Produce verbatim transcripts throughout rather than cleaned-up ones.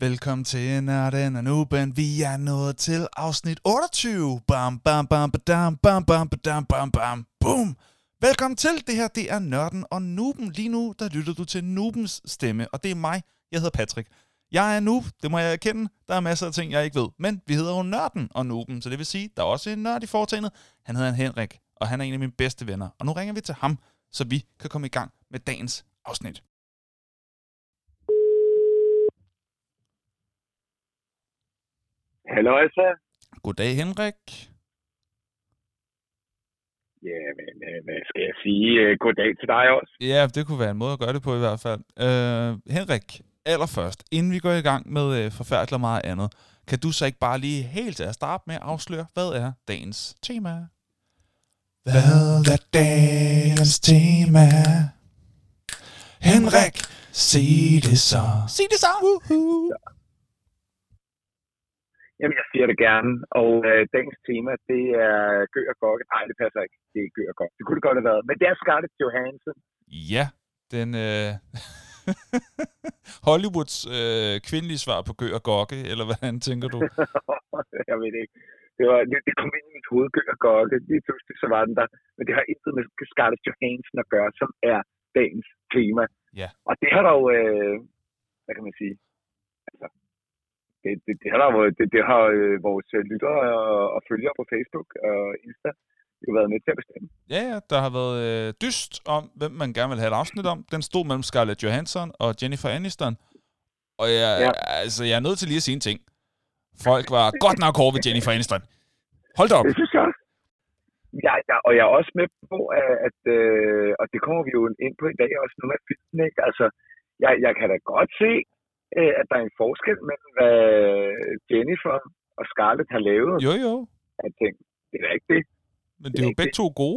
Velkommen til Nørden og Nuben. Vi er nået til afsnit otteogtyve. Bam, bam, bam, badam, bam, bam, badam, bam, bam, boom. Velkommen til. Det her, det er Nørden og Nuben. Lige nu, der lytter du til Nubens stemme, og det er mig. Jeg hedder Patrick. Jeg er noob, det må jeg erkende. Der er masser af ting, jeg ikke ved. Men vi hedder jo Nørden og Nuben, så det vil sige, der er også en nørd i foretagendet. Han hedder Henrik, og han er en af mine bedste venner. Og nu ringer vi til ham, så vi kan komme i gang med dagens afsnit. Hallo, altså. Goddag, Henrik. Ja, men hvad skal jeg sige? Goddag til dig også. Ja, det kunne være en måde at gøre det på i hvert fald. Uh, Henrik, allerførst, inden vi går i gang med uh, forfærdeligt og meget andet, kan du så ikke bare lige helt til at starte med at afsløre, hvad er dagens tema? Hvad er dagens tema? Henrik, sig det så. Sig det så. Woohoo. Ja. Jamen, jeg siger det gerne, og øh, dagens tema, det er Gøg og Gokke. Nej, det passer ikke. Det er Gøg og Gokke. Det kunne det godt have været, men det er Scarlett Johansson. Ja, den øh... Hollywoods øh, kvindelige svar på Gøg og Gokke, eller hvordan tænker du? Jeg ved ikke. Det, var, det, det kom ind i mit hoved, Gøg og Gokke. Lige pludselig så var den der. Men det har intet med Scarlett Johansson at gøre, som er dagens tema. Ja. Og det har der jo, øh, hvad kan man sige, altså... Det, det, det, har, det, det har øh, vores lyttere og, og følgere på Facebook og Insta jo været med til at bestemme. Ja, ja, der har været øh, dyst om, hvem man gerne vil have et afsnit om. Den stod mellem Scarlett Johansson og Jennifer Aniston. Og jeg, ja. altså, jeg er nødt til lige at sige en ting. Folk var godt nok hårde ved Jennifer Aniston. Hold da op. Det synes jeg også. Ja, ja, og jeg er også med på, at, at øh, og det kommer vi jo ind på i dag også, nu med filmen, ikke? Altså, jeg, jeg kan da godt se, at der er en forskel mellem, hvad Jennifer og Scarlett har lavet. Jo, jo. Jeg tænkte, det er ikke det. Men det, det er jo begge det. to gode.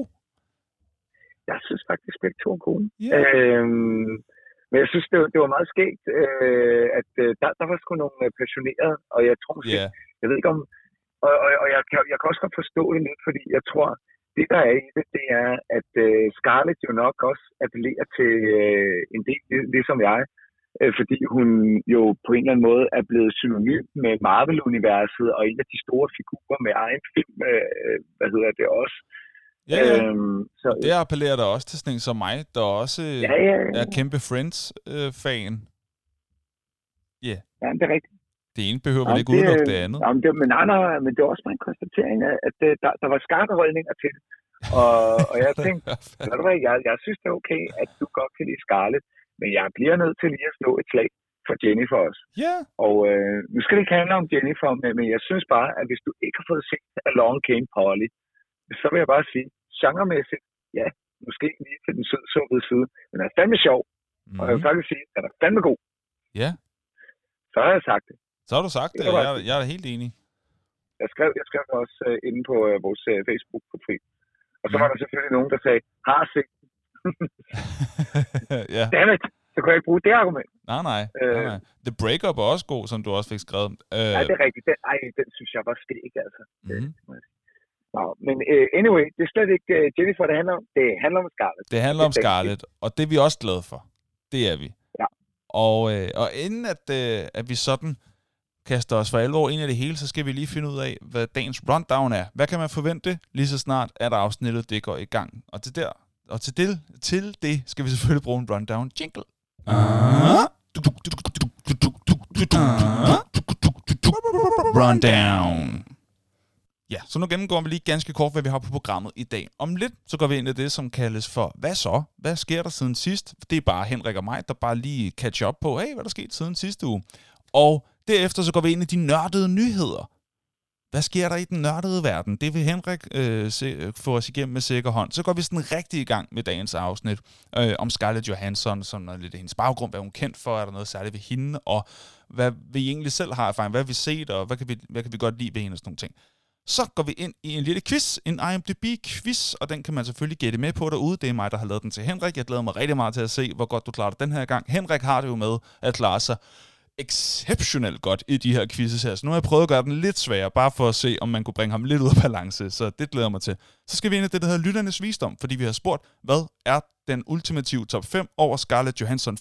Jeg synes faktisk, begge to er gode. Yeah. Øhm, men jeg synes, det var, det var meget skægt, øh, at øh, der, der var sgu nogle passionerede, og jeg tror måske, yeah. jeg ved ikke om, og, og, og jeg, kan, jeg kan også godt forstå det lidt, fordi jeg tror, det der er i det, det er, at øh, Scarlett jo nok også appellerer til øh, en del, ligesom jeg, fordi hun jo på en eller anden måde er blevet synonym med Marvel-universet og en af de store figurer med egen film, øh, hvad hedder det også. Ja, ja. Øhm, så, det appellerer der også til sådan en som mig, der også ja, ja, ja. er kæmpe Friends-fan. Øh, yeah. Ja, det er rigtigt. Det ene behøver vel ikke det, udelukke det andet. Jamen, det, men nej, nej, men det er også bare en konstatering af, at der, der var skarpe holdninger til det. Og, og jeg tænkte, jeg, jeg synes det er okay, at du godt kan lide Scarlett, men jeg bliver nødt til lige at slå et slag for Jennifer også. Ja. Yeah. Og øh, nu skal det ikke handle om Jennifer, men, men jeg synes bare, at hvis du ikke har fået set Along Came Polly, så vil jeg bare sige, genremæssigt, ja, måske lige til den søde, søde side, men den er fandme sjov, mm. og jeg vil faktisk sige, at den er fandme god. Ja. Yeah. Så har jeg sagt det. Så har du sagt det, og jeg, jeg er helt enig. Jeg skrev, jeg skrev også uh, inde på uh, vores uh, Facebook-profil. Og så mm. var der selvfølgelig nogen, der sagde, har set den. Ja. Dammit, så kunne jeg ikke bruge det argument. Nej, nej. Øh, nej, nej. The Breakup er også god, som du også fik skrevet. Øh... Nej, det er rigtigt. Den, ej, den synes jeg var skæg, altså. Mm-hmm. Nå, men uh, anyway, det er slet ikke uh, Jennifer, det handler om. Det handler om Scarlett. Det handler om Scarlett, og det er vi også glade for. Det er vi. Ja. Og, øh, og inden at, øh, at vi sådan kaster os for alvor ind i det hele, så skal vi lige finde ud af, hvad dagens rundown er. Hvad kan man forvente lige så snart, at afsnittet det går i gang? Og til der Og til det, til det skal vi selvfølgelig bruge en rundown jingle. Rundown. Ja, så nu gennemgår vi lige ganske kort, hvad vi har på programmet i dag. Om lidt, så går vi ind i det, som kaldes for, hvad så? Hvad sker der siden sidst? Det er bare Henrik og mig, der bare lige catch up på, hey, hvad der skete siden sidste uge? Og derefter så går vi ind i de nørdede nyheder. Hvad sker der i den nørdede verden? Det vil Henrik øh, se, få os igennem med sikker hånd. Så går vi sådan rigtig i gang med dagens afsnit øh, om Scarlett Johansson, som er lidt af hendes baggrund, hvad hun er kendt for, er der noget særligt ved hende, og hvad vi egentlig selv har erfaring, hvad har vi set, og hvad kan vi, hvad kan vi godt lide ved hende og sådan nogle ting. Så går vi ind i en lille quiz, en I M D B-quiz, og den kan man selvfølgelig gætte med på derude. Det er mig, der har lavet den til Henrik. Jeg glæder mig rigtig meget til at se, hvor godt du klarer det den her gang. Henrik har det jo med at klare sig exceptionelt godt i de her quizzes her. Så nu har jeg prøvet at gøre den lidt sværere, bare for at se, om man kunne bringe ham lidt ud af balance. Så det glæder mig til. Så skal vi ind i det, der hedder Lytternes Visdom, fordi vi har spurgt, hvad er den ultimative top fem over Scarlett Johansson film?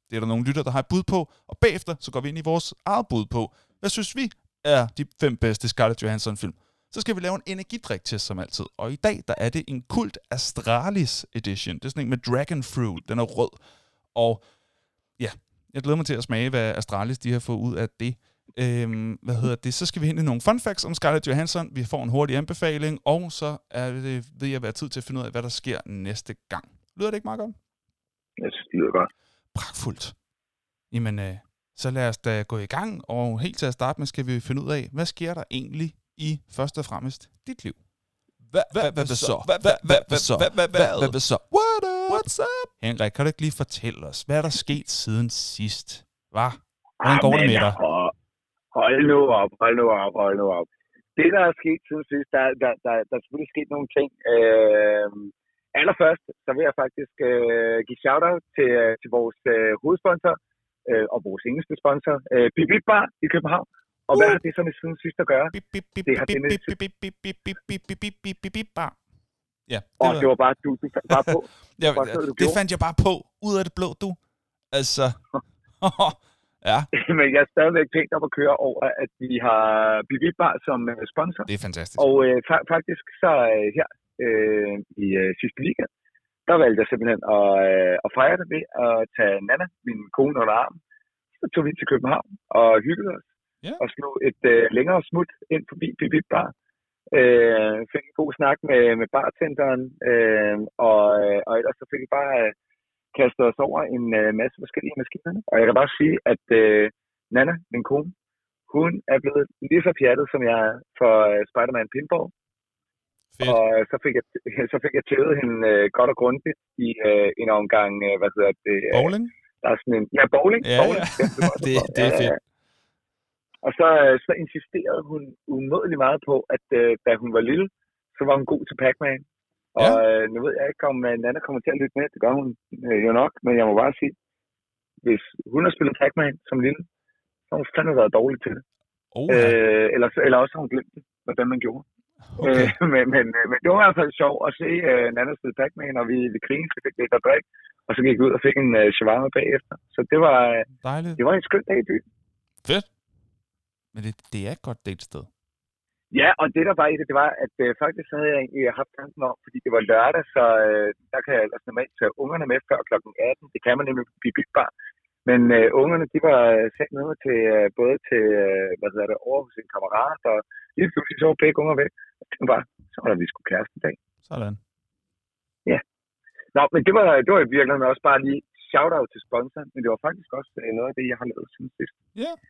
Det er der nogle lytter, der har et bud på, og bagefter så går vi ind i vores eget bud på, hvad synes vi er de fem bedste Scarlett Johansson-film. Så skal vi lave en energidrik-test som altid, og i dag der er det en Kult Astralis edition. Det er sådan en med dragon fruit, den er rød, og ja, jeg glæder mig til at smage, hvad Astralis de har fået ud af det. Øhm, hvad hedder det? Så skal vi hente nogle fun facts om Scarlett Johansson. Vi får en hurtig anbefaling, og så er det ved at være tid til at finde ud af, hvad der sker næste gang. Lyder det ikke meget godt? Jeg synes, det lyder godt. Pragtfuldt. Jamen, øh, så lad os da gå i gang, og helt til at starte med skal vi finde ud af, hvad sker der egentlig i først og fremmest dit liv? Hvad så? Hvad så? Hvad så? What's up? Henrik, kan du ikke lige fortælle os, hvad er der sket siden sidst? Hvad? Hvordan går det med dig? Hold nu op, hold nu op, hold nu op. Det, der er sket siden sidst, der, der, der, der er selvfølgelig sket nogle ting. Øh, allerførst, så vil jeg faktisk øh, give shout-out til, til vores øh, hovedsponsor øh, og vores engelske sponsor, øh, Bip Bip Bar i København. Og hvad har det så med siden sidst at gøre? Det har det med Bar. Ja, og det var bare du, du fandt bare på. Ja, det fandt jeg bare på, ud af det blå, du. Altså, ja. Men jeg er stadigvæk tænkt op at køre over, at vi har Bip Bip Bar som sponsor. Det er fantastisk. Og øh, fa- faktisk så øh, her øh, i øh, sidste weekend, der valgte jeg simpelthen at, øh, at fejre det ved at tage Nana, min kone, under armen. Så tog vi til København og hyggede os. Yeah. Og slog et øh, længere smut ind forbi Bip Bip Bar. Øh, fik en god snak med, med bartenderen, øh, og, øh, og ellers så fik vi bare øh, kastet os over en øh, masse forskellige maskiner. Og jeg kan bare sige, at øh, Nana, min kone, hun er blevet lige så pjattet, som jeg er for øh, Spider-Man Pinball. Fedt. Og øh, så fik jeg, så fik jeg tævet hende øh, godt og grundigt i øh, en omgang, øh, hvad hedder det? Øh, bowling? Der er sådan en, ja, bowling. Ja, bowling. ja. det, det er fedt. Og så, så insisterede hun umådeligt meget på, at øh, da hun var lille, så var hun god til Pac-Man. Og ja. øh, nu ved jeg ikke, om uh, Nana kommer til at lytte med. Det gør hun øh, jo nok. Men jeg må bare sige, hvis hun har spillet Pac-Man som lille, så har hun fandme været dårlig til det. Oh, ja. øh, eller, eller også har hun glemt det, hvordan man gjorde. Okay. Øh, men, men, men det var i hvert fald sjovt at se uh, Nana spille Pac-Man, og vi, vi grinede, så fik lidt at drikke. Og så gik vi ud og fik en uh, shawarma bagefter. Så det var, Dejligt. det var en skøn dag i byen. Fedt. Men det, det er et godt datested. Ja, og det der var i det, det var, at øh, faktisk havde jeg egentlig haft tanken om, fordi det var lørdag, så øh, der kan jeg ellers normalt tage ungerne med før klokken atten. Det kan man nemlig blive bygbar. Men øh, ungerne, de var sat med til, øh, både til, øh, hvad hedder det, over hos en kammerat, og lige pludselig så var begge unger væk. Og det var bare, så var der, vi skulle kæreste i dag. Sådan. Ja. Nå, men det var, det var i virkeligheden også bare lige shout-out til sponsoren, men det var faktisk også øh, noget af det, jeg har lavet siden sidst. Ja. Yeah.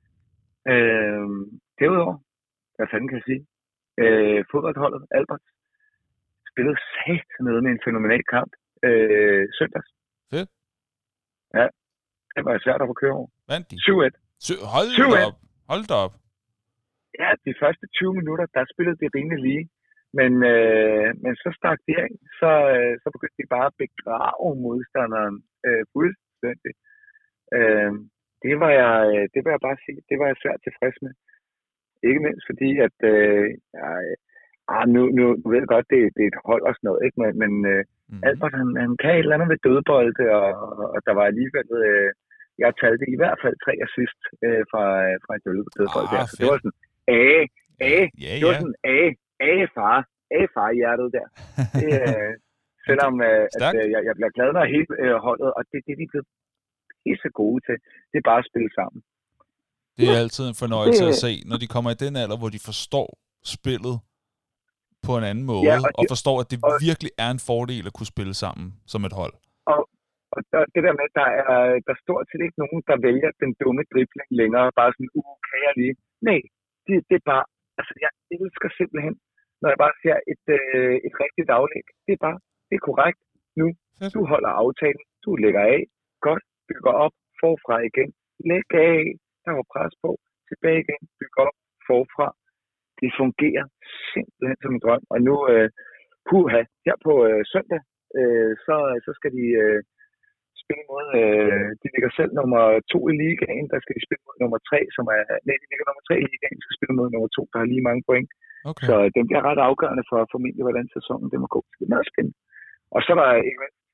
Øh, derudover, hvad fanden kan jeg sige? Øh, fodboldholdet, Albert, spillede sat nede med en fænomenal kamp øh, søndags. Fedt. Ja, det var svært at få køre over. Vandt de? syv et. Sø- hold da op. Hold da op. Ja, de første tyve minutter, der spillede det rimelig lige. Men, øh, men så stak de af, så, øh, så begyndte de bare at begrave modstanderen øh, fuldstændig. Øh, det, var jeg, det vil jeg bare sige, det var jeg svært tilfreds med. Ikke mindst fordi, at øh, ah, nu, nu ved jeg godt, det, det er et hold og sådan noget, ikke? Men, men øh, mm. Albert, han, han kan et eller andet ved dødbolde, og, og der var alligevel, øh, jeg talte i hvert fald tre assist øh, fra, fra et dødbold ah, der. Så det var sådan, A, A, ja, det var ja. sådan, A, A, far, A, far i hjertet der. Det, øh, selvom øh, at, øh, jeg, jeg bliver glad, når hele øh, holdet, og det, det de er blevet pisse gode til, det er bare at spille sammen. Det er altid en fornøjelse at se, når de kommer i den alder, hvor de forstår spillet på en anden måde, ja, og, de, og forstår, at det og, virkelig er en fordel at kunne spille sammen som et hold. Og, og der, det der med, der er der stort set ikke nogen, der vælger den dumme dribling længere, bare sådan, uh, kan jeg lige? Nej, det, det er bare, altså jeg elsker simpelthen, når jeg bare ser et, øh, et rigtigt aflæg. Det er bare, det er korrekt nu. Du holder aftalen, du lægger af, godt, bygger op, forfra igen, læg af, der var pres på, tilbage igen, bygge op, forfra. Det fungerer simpelthen som en drøm. Og nu, øh, puha, her på øh, søndag, øh, så, så skal de øh, spille mod, øh, de ligger selv nummer to i ligaen, der skal de spille mod nummer tre, som er, nej, de ligger nummer tre i ligaen, skal spille mod nummer to, der har lige mange point. Okay. Så den bliver ret afgørende for formentlig, hvordan sæsonen det må gå. Det er meget spændende. Og så er der, ikke,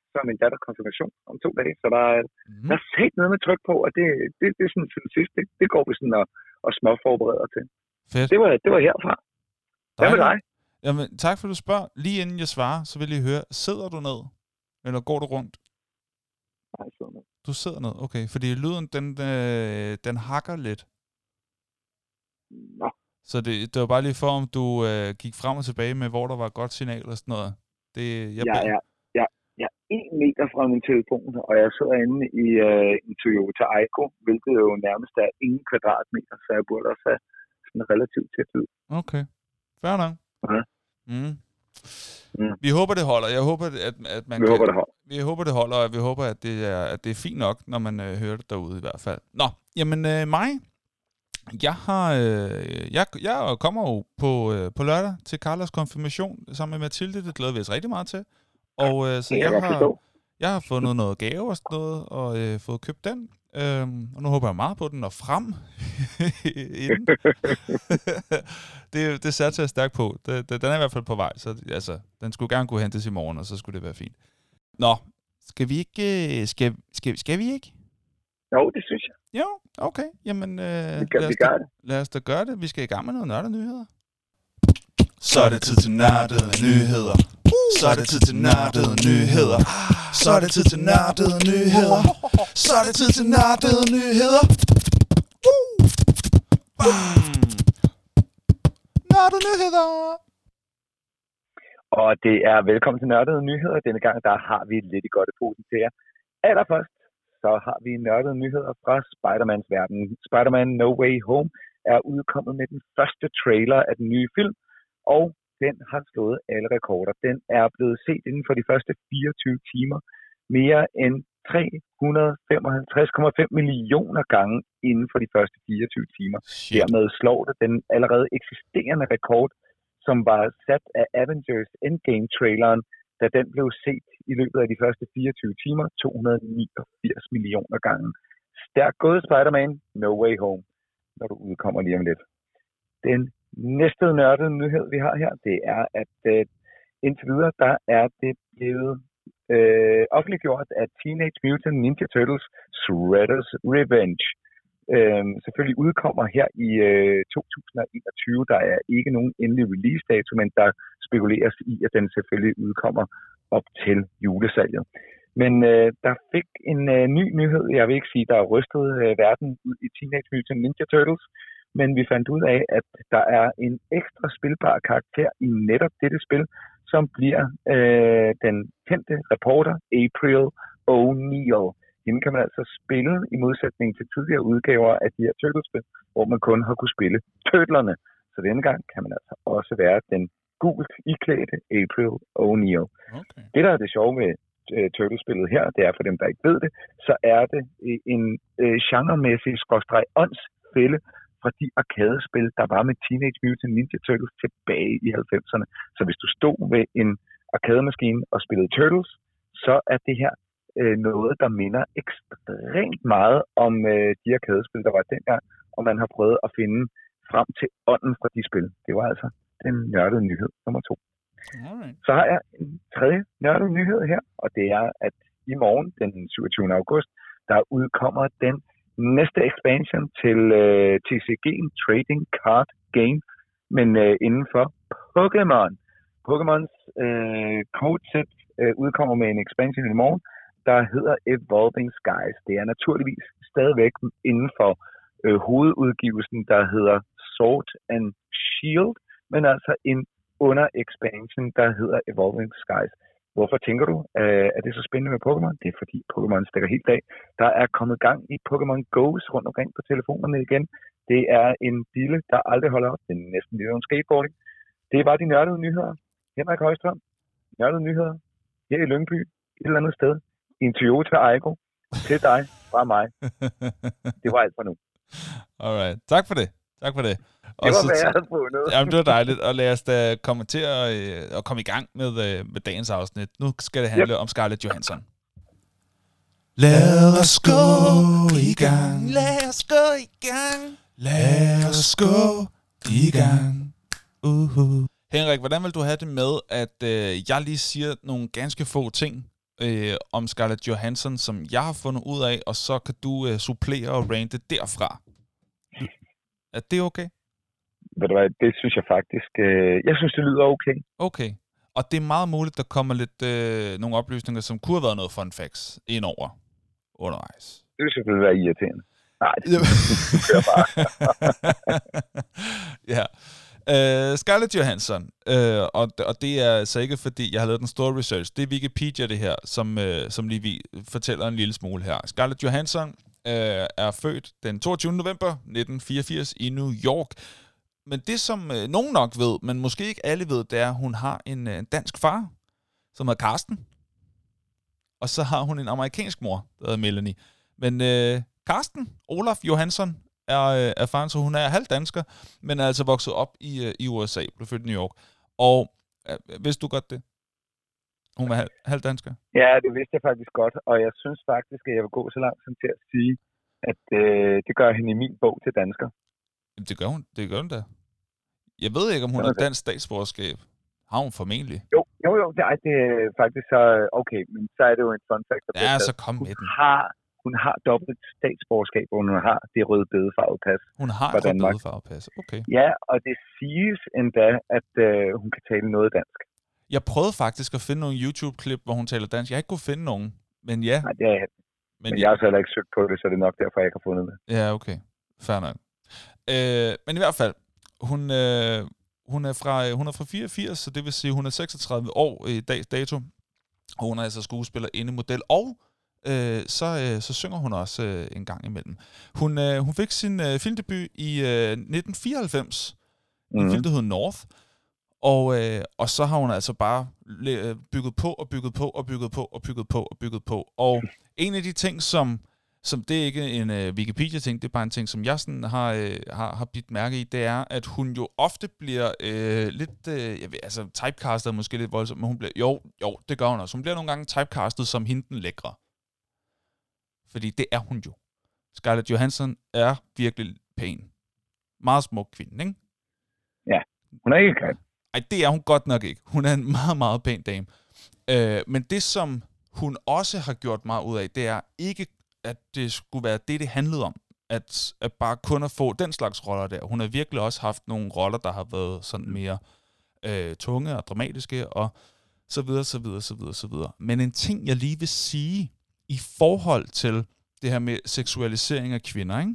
så er min datter konfirmation om to dage, så der er, mm. der er set noget med tryk på, og det, det, det er sådan til sidst, det, det går vi sådan og, og småforbereder til. Fedt. Det var, det var herfra. Hvad med dig? Jamen, tak for, at du spørger. Lige inden jeg svarer, så vil jeg høre, sidder du ned, eller går du rundt? Nej, jeg sidder ned. Du sidder ned, okay, fordi lyden, den, øh, den hakker lidt. Nå. Så det, det var bare lige for, om du øh, gik frem og tilbage med, hvor der var et godt signal og sådan noget. Det, jeg, jeg, er, jeg, jeg er en meter fra min telefon, og jeg sidder inde i øh, en Toyota Aygo, hvilket jo nærmest er ingen kvadratmeter, så jeg burde også have sådan relativt tæt ud. Okay, fair nok. Okay. Mm. Mm. Vi håber, det holder. Jeg håber, at, at man vi kan, håber, det holder. Vi håber, det holder, og vi håber, at det er, at det er fint nok, når man øh, hører det derude i hvert fald. Nå, jamen øh, mig, jeg har, øh, jeg, jeg kommer jo på, øh, på lørdag til Carlas konfirmation sammen med Mathilde. Det glæder vi os rigtig meget til. Og øh, så jeg, jeg har, jeg har fundet noget gave og sådan noget, og øh, fået købt den. Øhm, og nu håber jeg meget på, at den når frem inden. det, det satser jeg stærkt på. Det, det, den er i hvert fald på vej, så altså, den skulle gerne kunne hentes i morgen, og så skulle det være fint. Nå, skal vi ikke... Skal, skal, skal vi ikke? Jo, det synes jeg. Jo, okay. Jamen, øh, vi kan, lad, os vi da, det. lad os da gøre det. Vi skal i gang med noget nørdede nyheder. Så er det tid til nørdede nyheder. Så er det tid til nørdede nyheder. Så er det tid til nørdede nyheder. Så er det tid til nørdede nyheder. Nørdede nyheder! Og det er velkommen til nørdede nyheder. Denne gang, der har vi lidt i godt i posen til jer. Allerførst, så har vi nørdede nyheder fra Spider-Mans verden. Spider-Man No Way Home er udkommet med den første trailer af den nye film, og den har slået alle rekorder. Den er blevet set inden for de første fireogtyve timer mere end tre hundrede femoghalvtreds komma fem millioner gange inden for de første fireogtyve timer. Shit. Dermed slår det den allerede eksisterende rekord, som var sat af Avengers Endgame-traileren, da den blev set i løbet af de første fireogtyve timer, to hundrede niogfirs millioner gange. Stærkt gået, Spider-Man No Way Home, når du udkommer lige om lidt. Den næste nørdede nyhed, vi har her, det er, at øh, indtil videre, der er det blevet øh, offentliggjort, at Teenage Mutant Ninja Turtles Shredder's Revenge øh, selvfølgelig udkommer her i øh, to tusind enogtyve. Der er ikke nogen endelig release-dato, men der spekuleres i, at den selvfølgelig udkommer op til julesalget. Men øh, der fik en øh, ny nyhed, jeg vil ikke sige, der har rystet øh, verden ud i Teenage Mutant Ninja Turtles, men vi fandt ud af, at der er en ekstra spilbar karakter i netop dette spil, som bliver øh, den kendte reporter April O'Neil. Hende kan man altså spille i modsætning til tidligere udgaver af de her Turtles-spil, hvor man kun har kunne spille Turtlerne. Så denne gang kan man altså også være den gult iklædte April O'Neil. Okay. Det, der er det sjove med uh, Turtles-spillet her, det er for dem, der ikke ved det, så er det en uh, genremæssig skråstreg åndsfælde fra de arkadespil, der var med Teenage Mutant Ninja Turtles tilbage i halvfemserne. Så hvis du stod ved en arkademaskine og spillede Turtles, så er det her øh, noget, der minder ekstremt meget om øh, de arkadespil, der var dengang, og man har prøvet at finde frem til ånden fra de spil. Det var altså den nørdede nyhed nummer to. Alright. Så har jeg en tredje nørdede nyhed her, og det er, at i morgen, den syvogtyvende august, der udkommer den næste expansion til øh, T C G'en Trading Card Game, men øh, inden for Pokémon. Pokémons øh, codeset øh, udkommer med en expansion i morgen, der hedder Evolving Skies. Det er naturligvis stadigvæk inden for øh, hovedudgivelsen, der hedder Sword and Shield, men altså en under-expansion, der hedder Evolving Skies. Hvorfor tænker du, øh, er det så spændende med Pokémon? Det er fordi Pokémon stikker helt af. Der er kommet gang i Pokémon Go's rundt omkring på telefonerne igen. Det er en bille, der aldrig holder op. Det er næsten lidt om skateboarding. Det var de nørdede nyheder. Henrik Højstrøm, nørdede nyheder her i Lyngby, et eller andet sted, i en Toyota Aygo, til dig, fra mig. Det var alt for nu. Alright, tak for det. Tak for det. Og det var, hvad jeg havde fundet. Jamen, det var dejligt, og lad os da komme til at, øh, at komme i gang med, øh, med dagens afsnit. Nu skal det handle yep. om Scarlett Johansson. Lad os gå i gang. Lad os gå i gang. Lad os gå i gang. Uh-huh. Henrik, hvordan vil du have det med, at øh, jeg lige siger nogle ganske få ting øh, om Scarlett Johansson, som jeg har fundet ud af, og så kan du øh, supplere og rante derfra. Er det okay? Ved du hvad, det synes jeg faktisk... Øh, jeg synes, det lyder okay. Okay. Og det er meget muligt, der kommer lidt øh, nogle oplysninger, som kunne have været noget fun facts indover undervejs. Det vil selvfølgelig være irriterende. Nej, det, det kører bare. Ja. Uh, Scarlett Johansson, uh, og, og det er altså ikke fordi, jeg har lavet den store research, det er Wikipedia det her, som, uh, som lige vi fortæller en lille smule her. Scarlett Johansson uh, er født den toogtyvende november nitten fireogfirs i New York, men det som uh, nogen nok ved, men måske ikke alle ved, det er, at hun har en, uh, en dansk far, som hedder Karsten, og så har hun en amerikansk mor, der hedder Melanie. Men uh, Karsten Olaf Johansson er, er faren, så hun er halvdansker, men er altså vokset op i, i U S A, blev født i New York. Og øh, vidste du godt det? Hun var halv, halvdansker? Ja, det vidste jeg faktisk godt, og jeg synes faktisk, at jeg vil gå så langt som til at sige, at øh, det gør hende i min bog til dansker. Jamen, det gør hun, det gør hun da. Jeg ved ikke, om hun har dansk statsborgerskab. Har hun formentlig? Jo, jo, jo, det er, det er faktisk så, okay, men så er det jo en fun fact. Ja, så kom med den. Har Hun har dobbelt statsborgerskab, hvor hun har det røde bedefarvede pas. Hun har et røde bedefarvede pas, okay. Ja, og det siges endda, at øh, hun kan tale noget dansk. Jeg prøvede faktisk at finde nogle YouTube-klip, hvor hun taler dansk. Jeg har ikke kunnet finde nogen, men ja. Nej, det er jeg. Men, men ja. jeg har så heller ikke søgt på det, så det er nok derfor, jeg ikke har fundet det. Ja, okay. Fair nok. Øh, men i hvert fald, hun, øh, hun, er fra, hun er fra fireogfirs, så det vil sige, hun er seksogtredive år i dags dato. Og hun er altså skuespiller, inde model, og Øh, så, øh, så synger hun også øh, en gang imellem. Hun, øh, hun fik sin øh, filmdebut i øh, nitten fireoghalvfems, mm-hmm. en film, der hedder North, og, øh, og så har hun altså bare bygget på og bygget på og bygget på og bygget på og bygget på. Og en af de ting, som, som det er ikke en øh, Wikipedia-ting, det er bare en ting, som jeg sådan har, øh, har, har bidt mærke i, det er, at hun jo ofte bliver øh, lidt, øh, jeg ved, altså typecastet er måske lidt voldsomt, men hun bliver, jo, jo, det gør hun også. Hun bliver nogle gange typecastet som hende den lækre. Fordi det er hun jo. Scarlett Johansson er virkelig pæn. Meget smuk kvinde, ikke? Ja, hun er ikke grim. Ej, det er hun godt nok ikke. Hun er en meget, meget pæn dame. Øh, men det, som hun også har gjort meget ud af, det er ikke, at det skulle være det, det handlede om. At, at bare kun at få den slags roller der. Hun har virkelig også haft nogle roller, der har været sådan mere øh, tunge og dramatiske, og så videre, så videre, så videre, så videre. Men en ting, jeg lige vil sige, i forhold til det her med seksualisering af kvinder, ikke?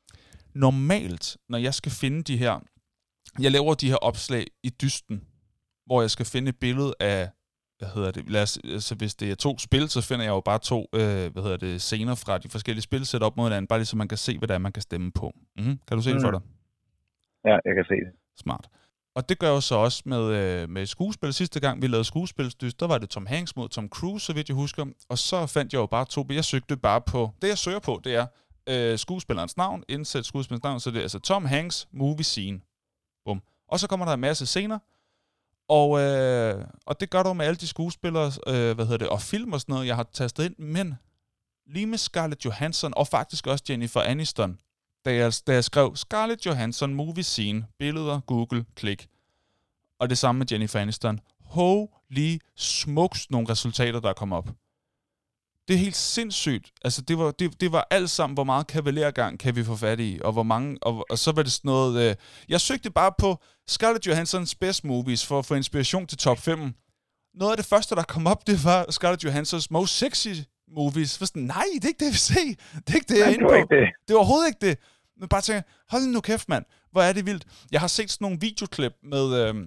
Normalt, når jeg skal finde de her, jeg laver de her opslag i dysten, hvor jeg skal finde et billede af, hvad hedder det, lad os, altså hvis det er to spil, så finder jeg jo bare to, øh, hvad hedder det, scener fra de forskellige spil, sæt op mod hinanden, bare lige så man kan se, hvad det er, man kan stemme på. Mm-hmm. Kan du se mm. det for dig? Ja, jeg kan se det. Smart. Og det gør jo så også med, øh, med skuespil. Sidste gang, vi lavede skuespilsdyst, der var det Tom Hanks mod Tom Cruise, så vidt jeg husker. Og så fandt jeg jo bare to, jeg søgte bare på, det jeg søger på, det er øh, skuespillerens navn, indsæt skuespillerens navn, så det er altså Tom Hanks movie scene. Bum. Og så kommer der en masse scener, og, øh, og det gør du med alle de skuespillere, øh, hvad hedder det, og film og sådan noget, jeg har tastet ind, men lige med Scarlett Johansson, og faktisk også Jennifer Aniston, Da jeg, da jeg skrev Scarlett Johansson movie scene, billeder, Google, klik. Og det samme med Jennifer Aniston. Holy smokes, nogle resultater, der kom op. Det er helt sindssygt. Altså, det var, det, det var alt sammen, hvor meget kavalergang kan vi få fat i, og hvor mange, og, og så var det sådan noget, øh, jeg søgte bare på Scarlett Johanssons best movies, for at få inspiration til top fem. Noget af det første, der kom op, det var Scarlett Johanssons most sexy movies. For sådan, nej, det er ikke det, vi ser. Det er ikke det, jeg er inde på. Det. det var overhovedet ikke det. Men bare tænker, hold nu kæft, mand. Hvor er det vildt. Jeg har set sådan nogle videoklip med, øh,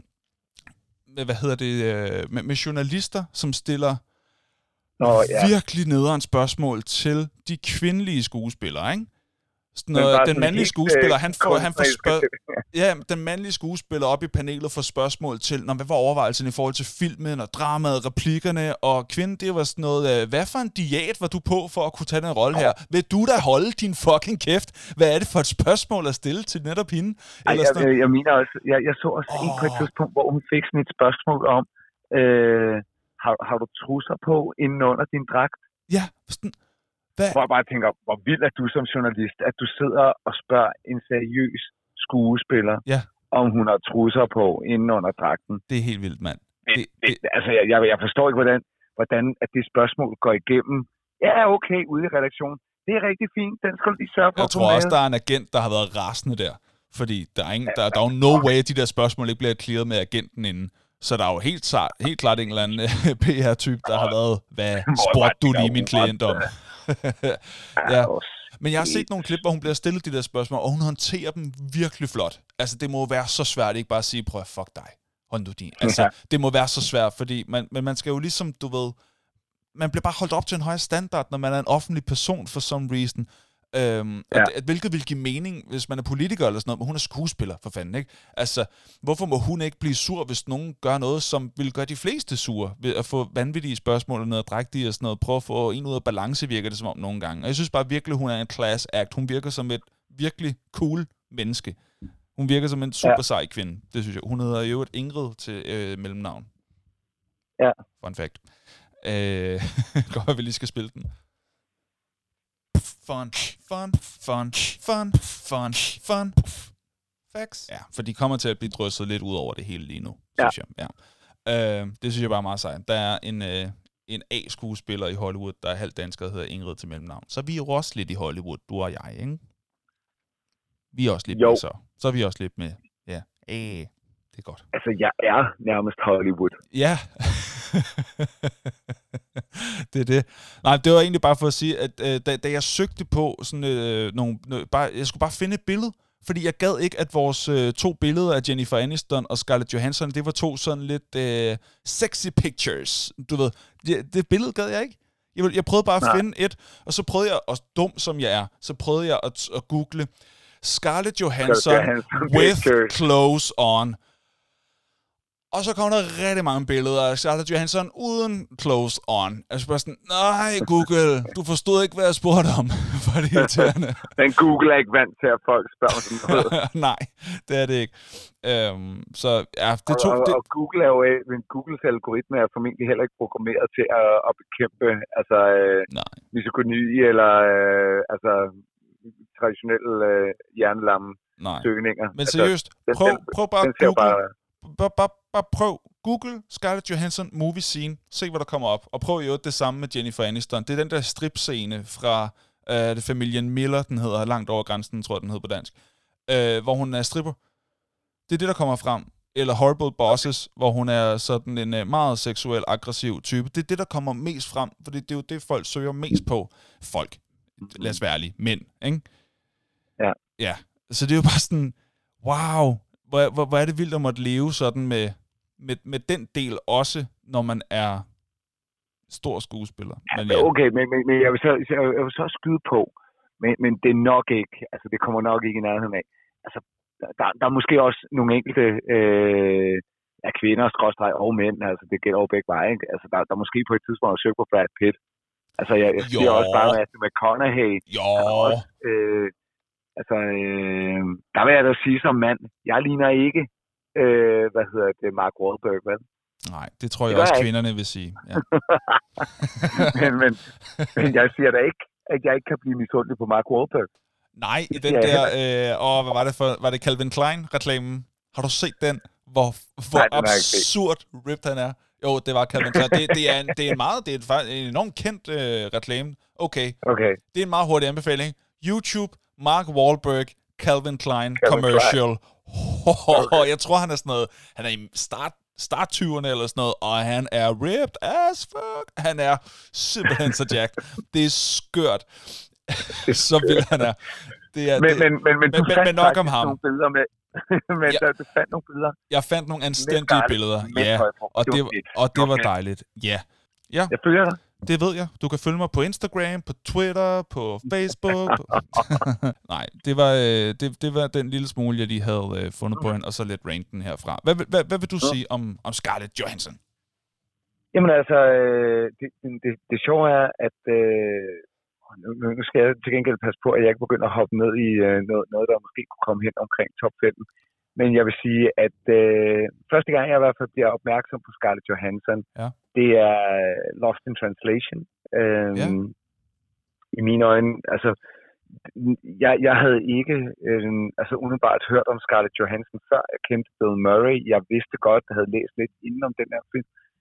med hvad hedder det, øh, med, med journalister, som stiller Nå, ja. virkelig nederen spørgsmål til de kvindelige skuespillere, ikke? Sådan noget, den mandlige skuespiller, han får, han får spørg... ja, den mandlige skuespiller op i panelet får spørgsmål til, når, hvad var overvejelsen i forhold til filmen og dramaet, replikkerne, og kvinden, det var sådan noget, hvad for en diæt var du på for at kunne tage den rolle her? Vil du da holde din fucking kæft? Hvad er det for et spørgsmål at stille til netop hende? Ej, jeg, jeg, jeg mener også, jeg, jeg så også oh. en på et tidspunkt, hvor hun fik sådan et spørgsmål om, øh, har, har du trusser på inden under din dragt? Ja, sådan... Hvad? Hvor jeg bare tænker, hvor vild er du som journalist, at du sidder og spørger en seriøs skuespiller, ja. om hun har trusser på inden under dragten. Det er helt vildt, mand. Det, det, det, altså, jeg, jeg forstår ikke, hvordan, hvordan at det spørgsmål går igennem. Ja, okay, ude i redaktionen. Det er rigtig fint, den skal du lige sørge for. Jeg tror også, der er en agent, der har været rasende der. Fordi der er, ingen, der, der er jo no way, at de der spørgsmål ikke bliver clearet med agenten inden. Så der er jo helt, helt klart en eller anden P R-type, der har været, hvad spurgte du lige min klient om? Ja. Men jeg har set nogle klip, hvor hun bliver stillet de der spørgsmål, og hun håndterer dem virkelig flot. Altså, det må være så svært ikke bare at sige, prøv at fuck dig. Hold du din. Altså, ja. Det må være så svært, fordi man, men man skal jo ligesom, du ved, man bliver bare holdt op til en højere standard, når man er en offentlig person for some reason. Øhm, ja. og det, hvilket vil give mening, hvis man er politiker eller sådan noget, men hun er skuespiller, for fanden, ikke? Altså, hvorfor må hun ikke blive sur, hvis nogen gør noget, som vil gøre de fleste sure, ved at få vanvittige spørgsmål og noget drægtige og sådan noget, prøve at få en ud af balance, virker det som om nogle gange. Og jeg synes bare virkelig, hun er en class act. Hun virker som et virkelig cool menneske. Hun virker som en super ja. sej kvinde, det synes jeg. Hun hedder jo et Ingrid til øh, mellemnavn. Ja. Fun fact. Øh, godt, at vi lige skal spille den. Fun, fun, fun, fun, fun, fun. Facts. Ja, for de kommer til at blive drysset lidt ud over det hele lige nu, ja. synes jeg. Ja. Øh, det synes jeg bare er meget sejt. Der er en, øh, en A-skuespiller i Hollywood, der er halvt dansker, der hedder Ingrid til mellemnavn. Så vi er jo også lidt i Hollywood, du og jeg, ikke? Vi er også lidt jo. med, så. Så er vi også lidt med. Ja, øh, det er godt. Altså, jeg er nærmest Hollywood. Ja. Det er det. Nej, det var egentlig bare for at sige, at øh, da, da jeg søgte på sådan øh, nogle, øh, bare, jeg skulle bare finde et billede, fordi jeg gad ikke, at vores øh, to billeder af Jennifer Aniston og Scarlett Johansson, det var to sådan lidt øh, sexy pictures, du ved. Det, det billede gad jeg ikke. Jeg, jeg prøvede bare at Nej. finde et, og så prøvede jeg, og dum som jeg er, så prøvede jeg at, at google Scarlett Johansson, Johansson with pictures. Clothes on. Og så kom der rigtig mange billeder af Scarlett Johansson uden clothes on. Jeg spørger sådan, nej Google, du forstod ikke, hvad jeg spurgte om. For det irriterende. Men Google er ikke vant til, at folk spørger om sådan noget. Nej, det er det ikke. Øhm, så ja, det tog... Og, det... og Google er jo, en Googles algoritme er formentlig heller ikke programmeret til at, at bekæmpe altså, øh, misogyni eller øh, altså, traditionelle øh, hjernelamme søgninger. Men seriøst, altså, prøv, den, prøv bare den Google... Bare, Bare, bare, bare prøv Google Scarlett Johansson movie scene. Se, hvad der kommer op. Og prøv jo det samme med Jennifer Aniston. Det er den der stripscene fra øh, det familien Miller, den hedder langt over grænsen, tror jeg, den hedder på dansk. Øh, hvor hun er stripper. Det er det, der kommer frem. Eller Horrible Bosses, hvor hun er sådan en uh, meget seksuel, aggressiv type. Det er det, der kommer mest frem, for det er jo det, folk søger mest på. Folk. Lad os være ærlige. Mænd, ikke? Ja. Ja. Så det er jo bare sådan, wow. Hvor, hvor, hvor er det vildt at måtte leve sådan med, med, med den del også, når man er stor skuespiller. Men ja. Okay, men, men, men jeg, vil så, jeg vil så skyde på, men, men det er nok ikke, altså det kommer nok ikke i nærheden af. Altså, der, der er måske også nogle enkelte øh, af kvinder, skråstreg og mænd, altså det gælder over begge veje, ikke? Altså der, der måske på et tidspunkt har søgt på Brad Pitt. Altså jeg, jeg siger også bare med Matthew McConaughey. Jo. Også, øh, Altså, øh, der vil jeg da sige som mand, jeg ligner ikke, øh, hvad hedder det, Mark Wahlberg, vel? Nej, det tror jeg det også, jeg kvinderne vil sige. Ja. men, men, men jeg siger da ikke, at jeg ikke kan blive misundelig på Mark Wahlberg. Nej, i den der, øh, åh, hvad var det for, var det Calvin Klein-reklamen? Har du set den? Hvor, hvor Nej, absurd ripped han er? Jo, det var Calvin Klein. Det, det, er, en, det er en meget, det er en, en enormt kendt øh, reklame. Okay. okay. Det er en meget hurtig anbefaling. YouTube, Mark Wahlberg, Calvin Klein Calvin commercial. Oh, okay. Jeg tror, han er sådan noget, han er i start, start tyverne eller sådan noget, og han er ripped as fuck. Han er simpelthen så jacked. Det er skørt. Så vild han er. Det er men, det, men, men, men, men, men, men nok om ham. Nogle billeder med. men ja, der, du fandt nogle billeder. Jeg fandt nogle anstændige billeder. Ja, og det, og det var dejligt. Ja. Ja. Jeg følger dig. Det ved jeg. Du kan følge mig på Instagram, på Twitter, på Facebook. Nej, det var, øh, det, det var den lille smule, jeg lige havde øh, fundet på hende, og så lidt ranten herfra. Hvad, hvad, hvad vil du sige om, om Scarlett Johansson? Jamen altså, det, det, det sjove er, at øh, nu, nu skal jeg til gengæld passe på, at jeg ikke begynder at hoppe ned i øh, noget, noget, der måske kunne komme hen omkring top fem. Men jeg vil sige, at øh, første gang, jeg i hvert fald bliver opmærksom på Scarlett Johansson, ja. det er Lost in Translation. Øh, ja. I mine øjne, altså, jeg, jeg havde ikke øh, altså umiddelbart hørt om Scarlett Johansson før. Jeg kendte Bill Murray. Jeg vidste godt, jeg havde læst lidt inden om den her film.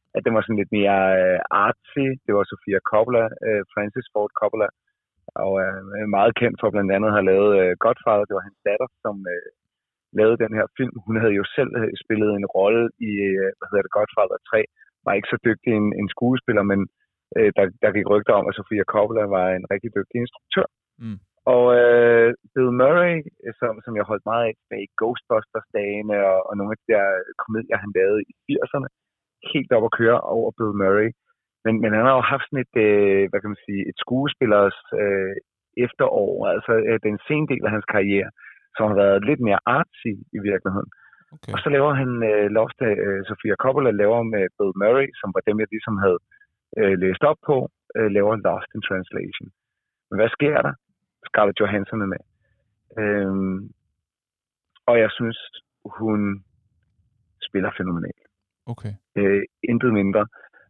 at den var sådan lidt mere øh, artsy. Det var Sofia Coppola, øh, Francis Ford Coppola, og er øh, meget kendt for blandt andet at have lavet øh, Godfather. Det var hans datter, som øh, lavede den her film. Hun havde jo selv spillet en rolle i, øh, hvad hedder det, Godfather tre. Var ikke så dygtig en, en skuespiller, men øh, der, der gik rygter om, at Sofia Coppola var en rigtig dygtig instruktør. Mm. Og øh, Bill Murray, som, som jeg holdt meget af i Ghostbusters-dagene og, og nogle af de der komedier, han lavede i firserne, helt op at køre over Bill Murray. Men, men han har jo haft sådan et, øh, hvad kan man sige, et skuespillers øh, efterår, altså øh, den sene del af hans karriere, som har været lidt mere artsy i virkeligheden. Okay. Og så laver han øh, Lost, øh, Sofia Coppola laver med Bill Murray, som var dem, jeg ligesom havde øh, læst op på, øh, laver Lost in Translation. Men hvad sker der? Scarlett Johansson er med. Øhm, og jeg synes, hun spiller fænomenalt. Okay. Øh, intet mindre.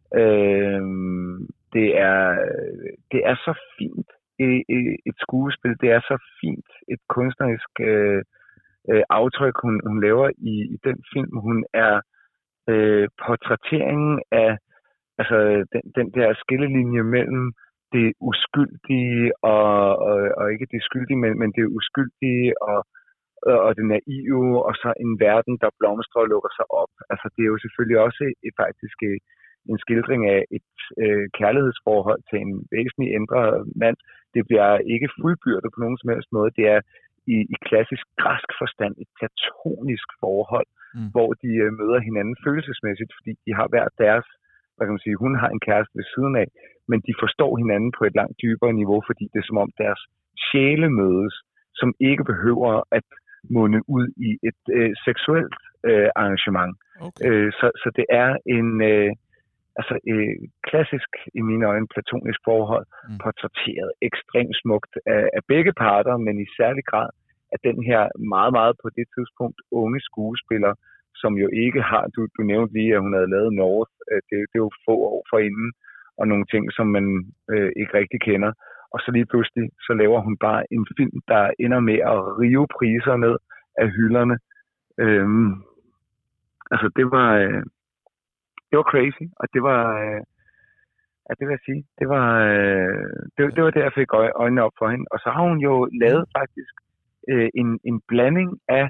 Øh, det, er, det er så fint et, et skuespil. Det er så fint et kunstnerisk øh, øh, aftryk, hun, hun laver i, i den film. Hun er øh, portrætteringen af altså, den, den der skillelinje mellem det uskyldige og, og, og ikke det skyldige, men, men det uskyldige og, og det naive, og så en verden, der blomstrer og lukker sig op. Altså, det er jo selvfølgelig også et, faktisk en skildring af et øh, kærlighedsforhold til en væsentlig ændret mand. Det bliver ikke fuldbyrdet på nogen som helst måde. Det er i, i klassisk græsk forstand et platonisk forhold, mm. hvor de øh, møder hinanden følelsesmæssigt, fordi de har hver deres, hvad kan man sige, hun har en kæreste ved siden af, men de forstår hinanden på et langt dybere niveau, fordi det er som om deres sjæle mødes, som ikke behøver at munde ud i et øh, seksuelt øh, arrangement. Okay. Øh, så, så det er en øh, altså øh, klassisk, i mine øjne, platonisk forhold, mm. portrætteret ekstremt smukt af, af begge parter, men i særlig grad af den her meget, meget på det tidspunkt unge skuespiller, som jo ikke har, du, du nævnte lige, at hun havde lavet North, øh, det, det er jo få år forinden, og nogle ting, som man øh, ikke rigtig kender. Og så lige pludselig, så laver hun bare en film, der ender med at rive priser ned af hylderne. Øhm, altså, det var, øh, det var crazy, og det var, øh, ja, det vil jeg sige, det var, øh, det, det var der, jeg fik øjnene op for hende. Og så har hun jo lavet faktisk øh, en, en blanding af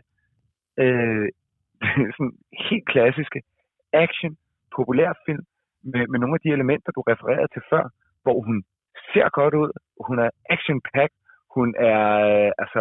øh, sådan helt klassiske action, populærfilm, med, med nogle af de elementer, du refererede til før, hvor hun ser godt ud, hun er action-packed, hun er, altså,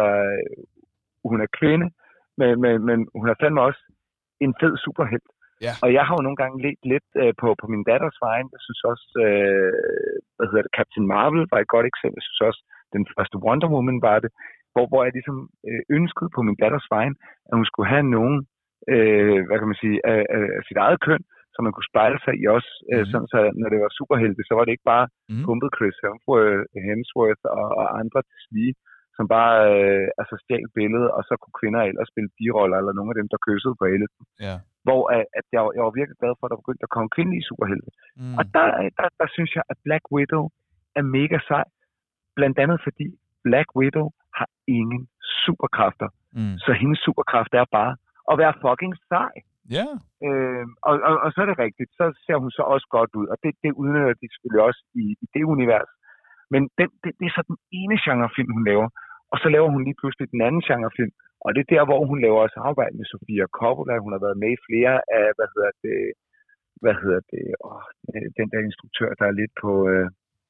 hun er kvinde, men, men, men hun er fandme også en fed superhelt. Yeah. Og jeg har jo nogle gange let lidt øh, på, på min datters vejen. Jeg synes også, øh, hvad hedder det, Captain Marvel var et godt eksempel. Jeg synes også, den første Wonder Woman var det, hvor, hvor jeg ligesom øh, ønskede på min datters vejen, at hun skulle have nogen, øh, hvad kan man sige, af, af sit eget køn, som man kunne spejle sig i også, mm. øh, sådan så når det var superhelte, så var det ikke bare mm. pumpet Chris Hemsworth og, og andre til svige, som bare øh, altså stjal billedet, og så kunne kvinder ellers spille biroller, eller nogle af dem, der kyssede på helten. Yeah. Hvor at, at jeg, jeg var virkelig glad for, at der begyndte at komme kvindelige superhelte. Mm. Og der, der, der synes jeg, at Black Widow er mega sej. Blandt andet fordi Black Widow har ingen superkræfter. Mm. Så hendes superkraft er bare at være fucking sej. Yeah. Øh, og, og, og så er det rigtigt, så ser hun så også godt ud, og det, det udnytter de selvfølgelig også i, i det univers. Men den, det, det er så den ene genrefilm, hun laver, og så laver hun lige pludselig den anden genrefilm, og det er der, hvor hun laver også arbejde med Sofia Coppola. Hun har været med i flere af, hvad hedder det, hvad hedder det, åh, den der instruktør, der er lidt på, øh,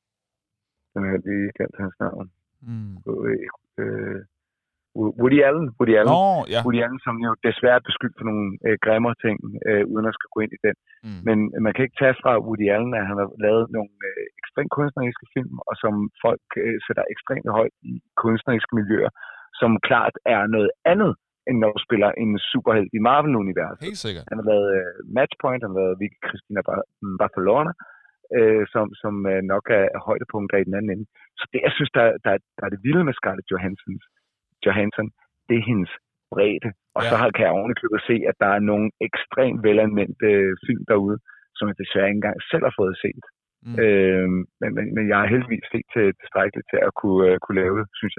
jeg har lige glemt hans navn, mm. på, øh, Woody Allen, Woody Allen, oh, yeah. Woody Allen, som jo desværre er beskyldt for nogle øh, grimmere ting, øh, uden at skal gå ind i den. Mm. Men man kan ikke tage fra Woody Allen, at han har lavet nogle øh, ekstremt kunstneriske film, og som folk øh, sætter ekstremt højt i kunstneriske miljøer, som klart er noget andet, end når du spiller en superhelt i Marvel-universet. Helt sikkert. Han har lavet øh, Matchpoint, han har lavet Vicky Cristina Barcelona, øh, som, som øh, nok er højdepunkter i den anden ende. Så det, jeg synes, der, der, der er det vilde med Scarlett Johansson, Johansson, det er hendes bredde. Og ja. Så kan jeg ovenikøbet se, at der er nogle ekstremt velanvendte film derude, som jeg desværre ikke engang selv har fået set. Mm. Øh, men, men, men jeg har heldigvis set til tilstrækkeligt til at kunne, uh, kunne lave, synes jeg selv,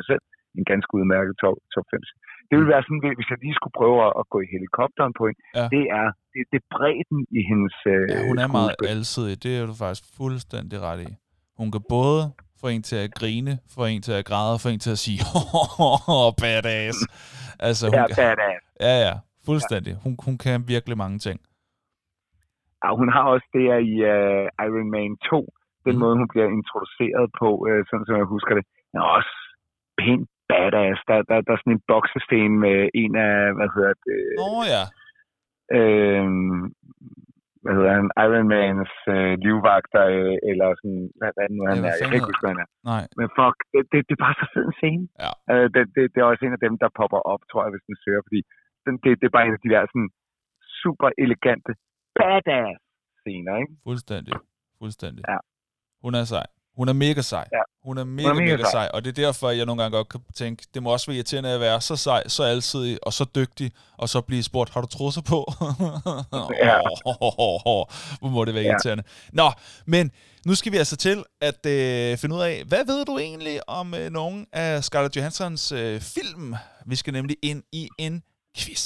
en ganske udmærket top, top fem. Det ville være sådan, hvis jeg lige skulle prøve at, at gå i helikopteren på hende, ja. det er det, det bredden i hendes øh, ja, hun er skuespil. meget alsidig, det er du faktisk fuldstændig ret i. Hun kan både få en til at grine, få en til at græde, få en til at sige, oh, badass. Altså, hun, ja, badass. Ja, ja, fuldstændig. Hun, hun kan virkelig mange ting. Ja, hun har også det her i uh, Iron Man to, den mm. måde, hun bliver introduceret på, uh, sådan som jeg husker det. Den er også pænt badass. Der, der, der er sådan en boksescene med en af, hvad hedder det? Åh, oh, ja. Øh, hvad hedder han? Iron Mans øh, livvagter, øh, eller sådan, hvad, hvad nu han er? Jeg kan ikke huske, hvad han er. Nej. Men fuck, det, det, det er bare så fed en scene. Ja. Uh, det, det, det er også en af dem, der popper op, tror jeg, hvis den søger, fordi den, det, det er bare en af de der sådan super elegante badass scener, ikke? Fuldstændig. Fuldstændig. Ja. Hun er sej. Hun er mega sej. Ja. Hun er mega, Hun er mega, mega sej. Og det er derfor, jeg nogle gange godt kan tænke, det må også være irriterende at være så sej, så alsidig og så dygtig, og så blive spurgt, har du trusser på? Ja. Hvor må det være irriterende. Ja. Nå, men nu skal vi altså til at øh, finde ud af, hvad ved du egentlig om øh, nogle af Scarlett Johanssons øh, film? Vi skal nemlig ind i en quiz.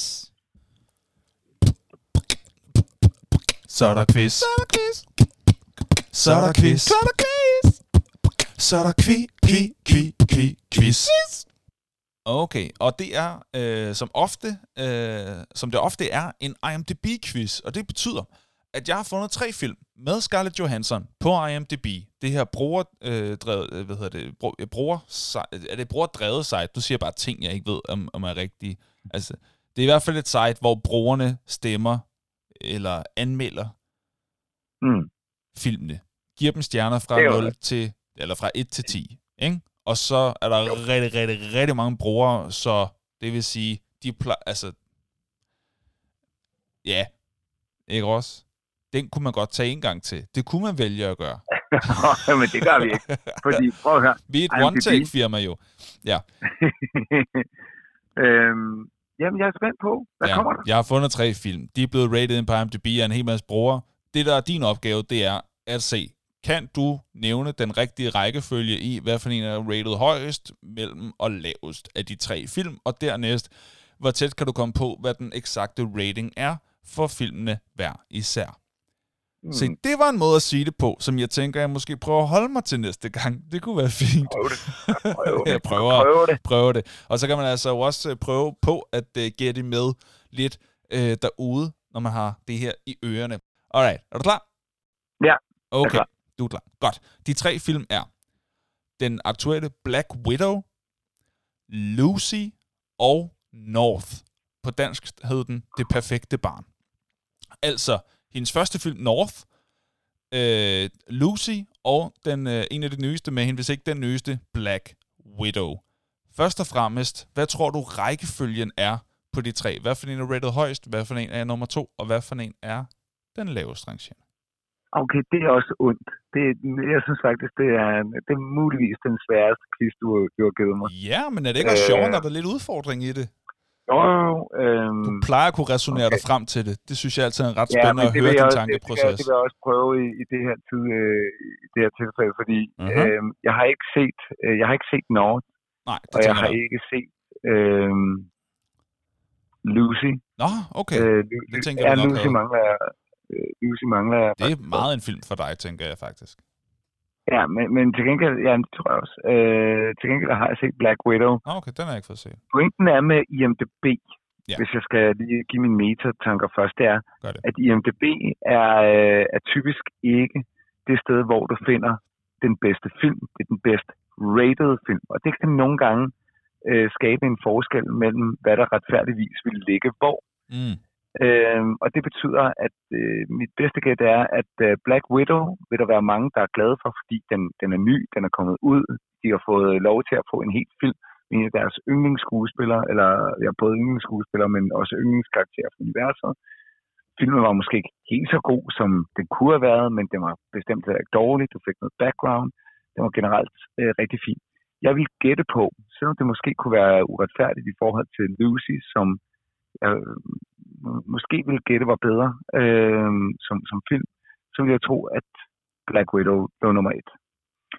Så er der quiz. Så er der quiz. Så er der quiz. Så er der quiz. Så er der kvi, kvi, kvi, kvi, quiz. Okay, og det er øh, som ofte, øh, som det ofte er, en I M D B-quiz, og det betyder, at jeg har fundet tre film med Scarlett Johansson på I M D B. Det her brugerdrevet, øh, hvad hedder det, bruger, bruger, er det brugerdrevet site? Du siger bare ting, jeg ikke ved, om, om er rigtige. Altså, det er i hvert fald et site, hvor brugerne stemmer eller anmelder mm. filmene. Giver dem stjerner fra nul til, eller fra et til ti, ikke? Og så er der jo. rigtig, rigtig, rigtig mange brugere, så det vil sige, de plejer, altså, ja, ikke også? Den kunne man godt tage en gang til. Det kunne man vælge at gøre. Men det gør vi ikke. Fordi, prøv at høre. Vi er et one-take-firma jo. Ja. øhm, jamen, jeg er spændt på. Hvad ja, kommer der? Jeg har fundet tre film. De er blevet rated ind på I M D B af en hel masse brugere. Det, der er din opgave, det er at se, kan du nævne den rigtige rækkefølge i, hvad for en er rated højest, mellem og lavest af de tre film, og dernæst, hvor tæt kan du komme på, hvad den eksakte rating er for filmene hver især. Mm. Så det var en måde at sige det på, som jeg tænker, jeg måske prøver at holde mig til næste gang. Det kunne være fint. Prøv det. Prøv det. Jeg prøver, prøv det. Prøve det. Og så kan man altså også prøve på at uh, gætte med lidt uh, derude, når man har det her i ørerne. Alright, er du klar? Ja. Okay, du er klar. Godt. De tre film er den aktuelle Black Widow, Lucy og North. På dansk hed den Det Perfekte Barn. Altså, hendes første film, North, øh, Lucy og den, øh, en af de nyeste med hende, hvis ikke den nyeste, Black Widow. Først og fremmest, hvad tror du rækkefølgen er på de tre? Hvad for en er rated højst, hvad for en er nummer to, og hvad for en er den laveste rangering? Okay, det er også ondt. Det, jeg synes faktisk, det er, det er muligvis den sværeste quiz, du, du har givet mig. Ja, men er det ikke også sjovt, når der er lidt udfordring i det? Jo, øhm, du plejer at kunne resonere okay. dig frem til det. Det synes jeg altid er en ret spændende ja, at høre din også, tankeproces. Det, det vil jeg også prøve i, i det her tid, øh, i det her tilfælde, fordi uh-huh. øh, jeg har ikke set, øh, jeg har ikke set North, Nej, det og jeg har jeg. ikke set øh, Lucy. Nå, okay. Øh, Lu- det tænker ja, jeg nok Lucy mangler, øh, Lucy mangler. Det er meget en film for dig, tænker jeg faktisk. Ja, men, men til gengæld, ja, det tror jeg også. Øh, til gengæld har jeg set Black Widow. Okay, den har jeg ikke fået set. Pointen er med I M D B, ja. Hvis jeg skal lige give mine metatanker først, det er, det. at I M D B er, er typisk ikke det sted, hvor du finder den bedste film. Det er den bedst rated film. Og det kan nogle gange øh, skabe en forskel mellem, hvad der retfærdigvis vil ligge hvor. Mm. Øhm, og det betyder, at øh, mit bedste gæt er, at øh, Black Widow vil der være mange, der er glade for, fordi den, den er ny, den er kommet ud. De har fået lov til at få en helt film med en af deres yndlingsskuespillere, eller ja, både yndlingsskuespillere, men også yndlingskarakterer fra universet. Filmen var måske ikke helt så god, som den kunne have været, men den var bestemt ikke dårlig. Du fik noget background. Den var generelt øh, rigtig fin. Jeg vil gætte på, selvom det måske kunne være uretfærdigt i forhold til Lucy, som jeg måske ville gætte var bedre øh, som, som film, så vil jeg tro, at Black Widow var nummer et.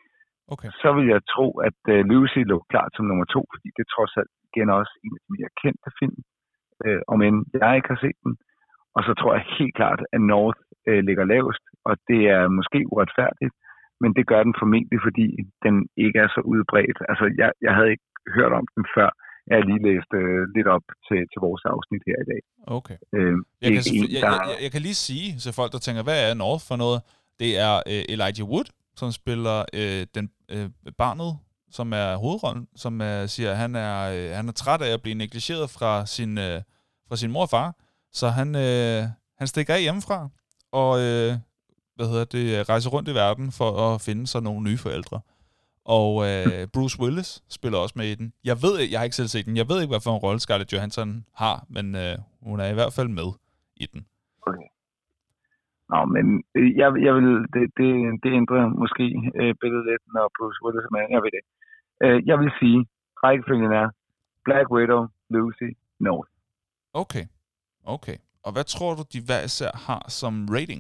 Okay. så vil jeg tro, at uh, Lucy lå klar som nummer to, fordi det trods alt igen også en af de mere kendte film, uh, om end jeg ikke har set den. Og så tror jeg helt klart, at North uh, ligger lavest, og det er måske uretfærdigt, men det gør den formentlig, fordi den ikke er så udbredt. Altså, jeg, jeg havde ikke hørt om den før. Jeg har lige læst uh, lidt op til, til vores afsnit her i dag. Okay. Uh, jeg, kan, en, jeg, jeg, jeg, jeg kan lige sige til folk, der tænker, hvad er North for noget? Det er uh, Elijah Wood, som spiller uh, den uh, barnet, som er hovedrollen, som uh, siger, at han er, uh, han er træt af at blive negligeret fra sin, uh, fra sin mor og far. Så han, uh, han stikker af hjemmefra, og uh, hvad hedder det, rejser rundt i verden for at finde sig nogle nye forældre. Og uh, Bruce Willis spiller også med i den. Jeg ved, jeg har ikke selv set den. Jeg ved ikke, hvad for en rolle Scarlett Johansson har, men uh, hun er i hvert fald med i den. Okay. Nå, men jeg, jeg vil, det, det, det ændrer måske øh, billedet lidt, når Bruce Willis er med. Jeg ved det. Øh, jeg vil sige, rækkefølgen er Black Widow, Lucy, North. Okay. Okay. Og hvad tror du, de hver især har som rating?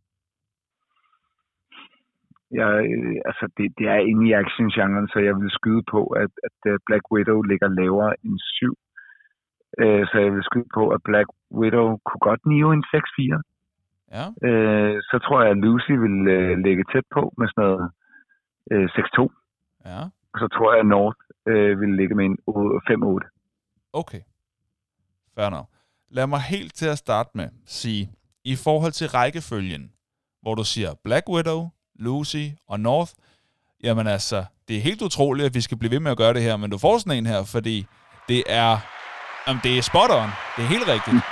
Jeg, øh, altså, det, det er inde i action-genren, så jeg vil skyde på, at, at Black Widow ligger lavere end syv. Øh, så jeg vil skyde på, at Black Widow kunne godt nive en seks fire. Ja. Øh, så tror jeg, at Lucy vil øh, ligge tæt på med sådan noget øh, seks to. Ja. Og så tror jeg, at North øh, vil ligge med en fem otte. Okay. Fair nok. Lad mig helt til at starte med sige, i forhold til rækkefølgen, hvor du siger Black Widow, Lucy og North, jamen altså, det er helt utroligt, at vi skal blive ved med at gøre det her, men du får sådan en her, fordi det er, jamen, det er spot on. Det er helt rigtigt.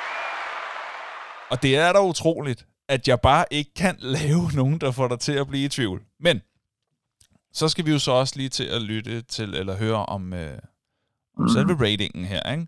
Og det er da utroligt, at jeg bare ikke kan lave nogen, der får dig til at blive i tvivl. Men så skal vi jo så også lige til at lytte til, eller høre om, øh, om selve ratingen her, ikke?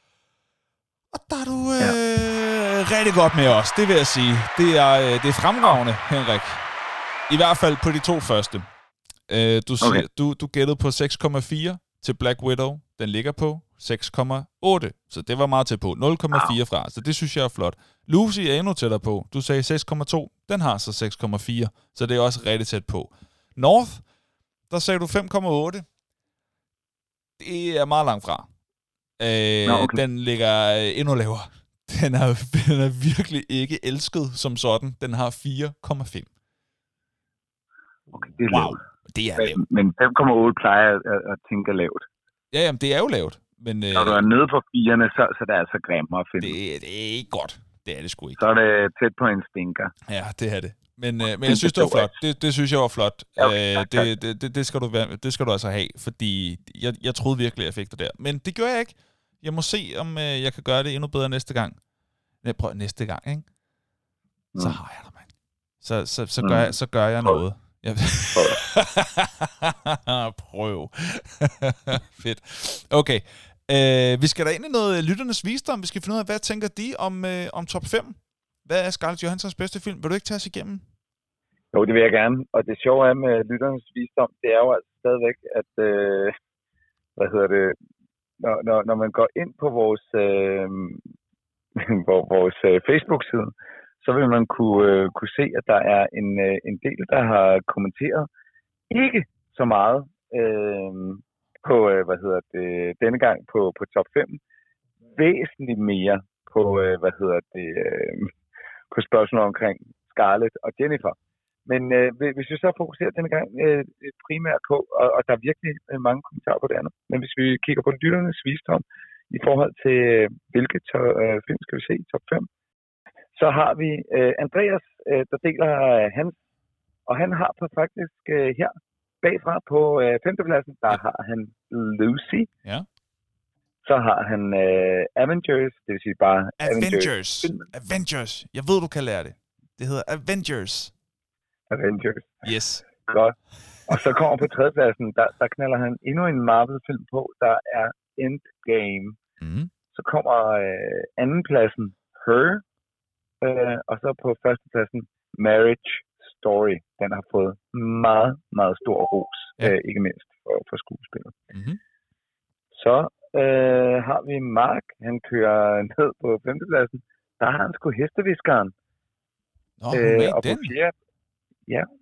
Og der er du øh, ja. rigtig godt med os, det vil jeg sige. Det er, øh, det er fremragende, Henrik. I hvert fald på de to første. Øh, du, siger, okay. du, du gættede på seks komma fire til Black Widow. Den ligger på seks komma otte, så det var meget tæt på. nul komma fire fra, så det synes jeg er flot. Lucy er endnu tættere på. Du sagde seks komma to, den har så seks komma fire, så det er også rigtig tæt på. North, der sagde du fem komma otte. Det er meget langt fra. Øh, Nå, okay. Den ligger endnu lavere. Den er, den er virkelig ikke elsket som sådan. Den har fire komma fem. Okay, det er wow, lavt. Det er men, lavt. Men fem komma otte plejer jeg at, at tænke er lavt. Ja, jamen, det er jo lavt. Men, når du er nede på firerne, så, så det er altså grimmere at finde. Det, det er ikke godt. Det er det sgu ikke. Så er det tæt på en stinker. Ja, det er det. Men, øh, men jeg synes, det var flot. Det, det synes jeg var flot. Ja, okay, øh, det, det, det, det, skal du være, det skal du altså have, fordi jeg, jeg troede virkelig, at jeg fik det der. Men det gjorde jeg ikke. Jeg må se, om øh, jeg kan gøre det endnu bedre næste gang. Nej, prøv næste gang, ikke? Mm. Så har jeg det, mand. Så, så, så, gør, mm. jeg, så gør jeg noget. Jeg... Prøv. Fedt. Okay. Øh, vi skal da ind i noget lytternes visdom. Vi skal finde ud af, hvad tænker de om, øh, om top fem? Hvad er Scarlett Johanssons bedste film? Vil du ikke tage os igennem? Jo, det vil jeg gerne. Og det sjove er med lytternes visdom, det er jo altså stadigvæk, at øh, hvad hedder det, når, når, når man går ind på vores, øh, vores øh, Facebook-side, så vil man kunne, øh, kunne se, at der er en, øh, en del, der har kommenteret ikke så meget øh, på, øh, hvad hedder det, denne gang på, på top fem. Væsentligt mere på, øh, hvad hedder det, øh, på spørgsmål omkring Scarlett og Jennifer. Men øh, hvis vi så fokuserer denne gang øh, primært på, og, og der er virkelig øh, mange kommentarer på det andet, men hvis vi kigger på lytternes visdom i forhold til, øh, hvilke to, øh, film skal vi se i top fem, så har vi øh, Andreas, øh, der deler øh, hans, og han har på faktisk øh, her bagfra på øh, femtepladsen, der ja. har han Lucy. Ja. Så har han øh, Avengers, det vil sige bare Avengers. Avengers. Avengers. Jeg ved, du kan lære det. Det hedder Avengers. Avengers. Yes. Godt. Og så kommer på tredjepladsen, der, der knalder han endnu en Marvel-film på, der er Endgame. Mm. Så kommer øh, andenpladsen Her, øh, og så på førstepladsen Marriage Story. Den har fået meget, meget stor ros, ja. øh, ikke mindst for, for skuespillet. Mm-hmm. Så øh, har vi Mark, han kører ned på femtepladsen. Der har han sgu hesteviskeren. Nå, øh, og den. På fjerde, ja, ja,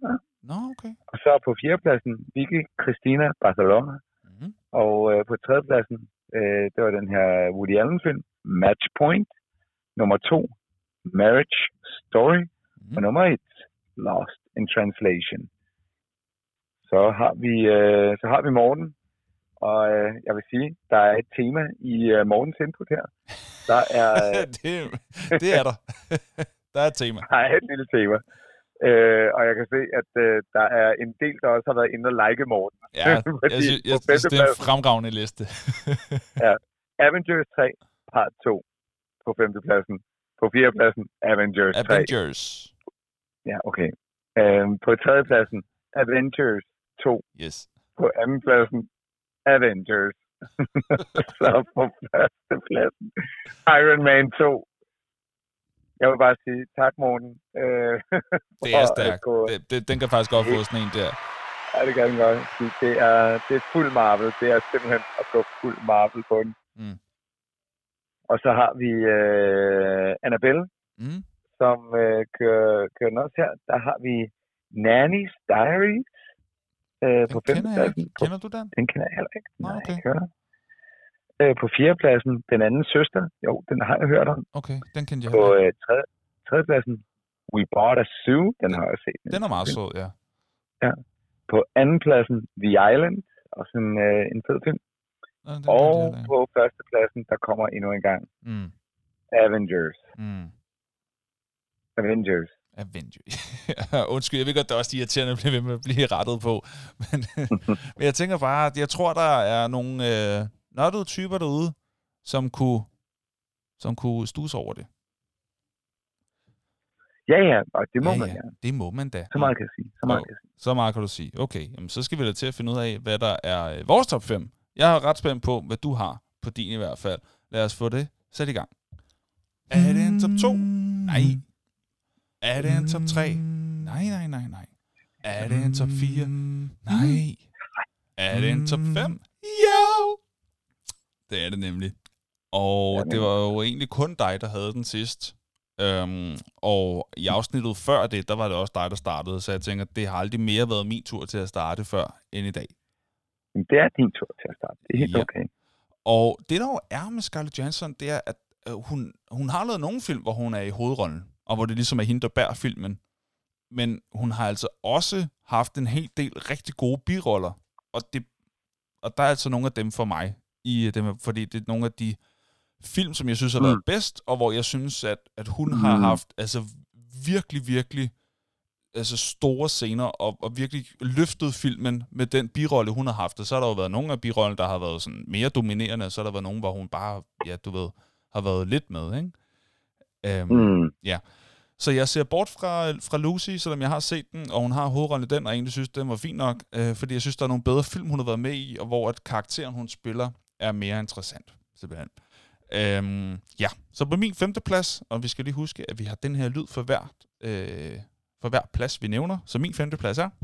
Nå, okay. Og så på fjerdepladsen, Vicky Cristina Barcelona. Mm-hmm. Og øh, på tredjepladsen, øh, det var den her Woody Allen-film, Match Point. Nummer to, Marriage Story. Mm-hmm. Og nummer et, Lost in Translation. Så har vi, øh, så har vi Morten. Og øh, jeg vil sige, der er et tema i øh, Mortens input her. Der er, øh, det, det er der. Der er et tema. Der er et lille tema. Øh, og jeg kan se, at øh, der er en del, der også har været inde og like Morten. Ja, jeg, synes, jeg synes, det er en fremragende liste. Ja. Avengers tre, part to på femtepladsen. På fjerdepladsen, Avengers tre. Avengers. Ja, okay. Øh, på tredjepladsen, Avengers to. Yes. På andenpladsen, Avengers. Så på førstepladsen, Iron Man to. Jeg vil bare sige tak, Morten. Øh, det er stærkt. Det, det, den kan faktisk godt få sådan en der. Ja, det kan den godt. Det er, det er fuld Marvel. Det er simpelthen at gå fuld Marvel på den. Mm. Og så har vi øh, Annabelle, mm. som øh, kører, kører den også her. Der har vi Nanny's Diaries øh, på femtepladsen. Kender du den? Den kender jeg heller ikke. Nej, okay. Nej, øh, på fjerdepladsen, Den anden søster. Jo, den har jeg hørt om. Okay, den kendte jeg. På øh, tredje, tredjepladsen, We Bought a Zoo. Den, den har jeg set. Den er meget sød, ja. Ja. På andenpladsen, The Island. Også en, øh, en fed film. Ja, og på førstepladsen, der kommer endnu en gang. Mm. Avengers. Mm. Avengers. Avengers. Undskyld, jeg ved godt, det er også irriterende at blive ved med at blive rettet på. Men, men jeg tænker bare, at jeg tror, der er nogle øh, nørdede typer derude, som kunne, som kunne stuse over det. Ja, ja, og det må ja, man ja. ja. Det må man da. Så meget kan jeg sige. Så meget, oh, kan, jeg sige. Så meget kan du sige. Okay, jamen, så skal vi da til at finde ud af, hvad der er øh, vores top fem. Jeg er ret spændt på, hvad du har på din i hvert fald. Lad os få det sat i gang. Er det en top to? Nej. Er det en top tre? Nej, nej, nej, nej. Er det en top fire? Nej. Er det en top fem? Jo! Det er det nemlig. Og det var jo egentlig kun dig, der havde den sidst. Øhm, og i afsnittet før det, der var det også dig, der startede. Så jeg tænker, det har aldrig mere været min tur til at starte før end i dag. Det er din tur til at starte. Det er helt ja. okay. Og det der jo er med Scarlett Johansson, det er, at øh, hun, hun har lavet nogle film, hvor hun er i hovedrollen, og hvor det ligesom er hende, der bærer filmen. Men hun har altså også haft en hel del rigtig gode biroller, og, det, og der er altså nogle af dem for mig, i dem, fordi det er nogle af de film, som jeg synes har været mm. bedst, og hvor jeg synes, at, at hun mm. har haft altså virkelig, virkelig altså store scener, og, og virkelig løftet filmen med den birolle, hun har haft. Og så har der jo været nogle af birollen, der har været sådan mere dominerende, og så har der været nogle, hvor hun bare, ja, du ved, har været lidt med, ikke? Øhm, mm. Ja. Så jeg ser bort fra, fra Lucy, selvom jeg har set den, og hun har hovedrollen i den, og egentlig synes, den var fin nok, øh, fordi jeg synes, der er nogle bedre film, hun har været med i, og hvor at karakteren, hun spiller, er mere interessant, simpelthen. Øhm, ja, så på min femte plads, og vi skal lige huske, at vi har den her lyd for hvert, øh, for hver plads, vi nævner. Så min femte plads er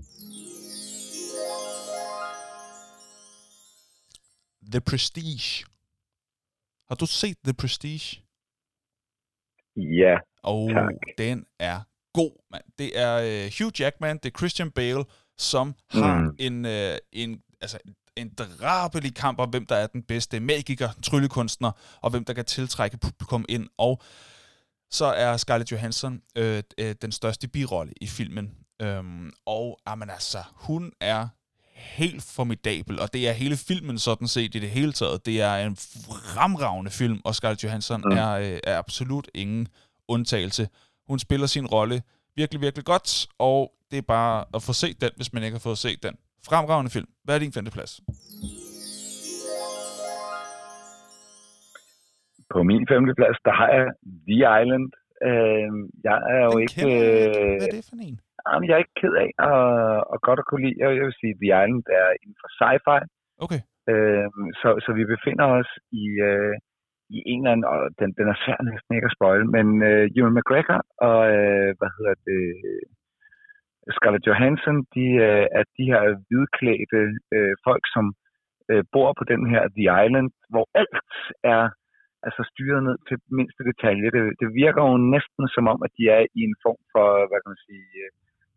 The Prestige. Har du set The Prestige? Ja, Og tak. Den er god, mand. Det er uh, Hugh Jackman, det er Christian Bale, som har mm. en, uh, en, altså, en drabelig kamp om, hvem der er den bedste magiker, tryllekunstner, og hvem der kan tiltrække publikum ind. Og så er Scarlett Johansson øh, øh, den største birolle i filmen. Øhm, og amen, altså, hun er helt formidabel, og det er hele filmen sådan set i det hele taget. Det er en fremragende film, og Scarlett Johansson mm. er, øh, er absolut ingen undtagelse. Hun spiller sin rolle virkelig, virkelig godt, og det er bare at få set den, hvis man ikke har fået set den. Fremragende film. Hvad er din femte plads? På min femte plads, der har jeg The Island. Øh, jeg er jo den ikke... Øh, Hvad er det for en? Jamen, jeg er ikke ked af at, at godt at kunne lide. Jeg, jeg vil sige, The Island er inden for sci-fi. Okay. Øh, så, så vi befinder os i, øh, i en eller anden... Og den, den er svær næsten ikke at spoil, men øh, Ewan McGregor og, øh, hvad hedder det... Scarlett Johansson, de øh, er de her hvidklædte øh, folk, som øh, bor på den her The Island, hvor alt er altså styret ned til mindste detalje. Det, det virker jo næsten som om, at de er i en form for, hvad kan man sige,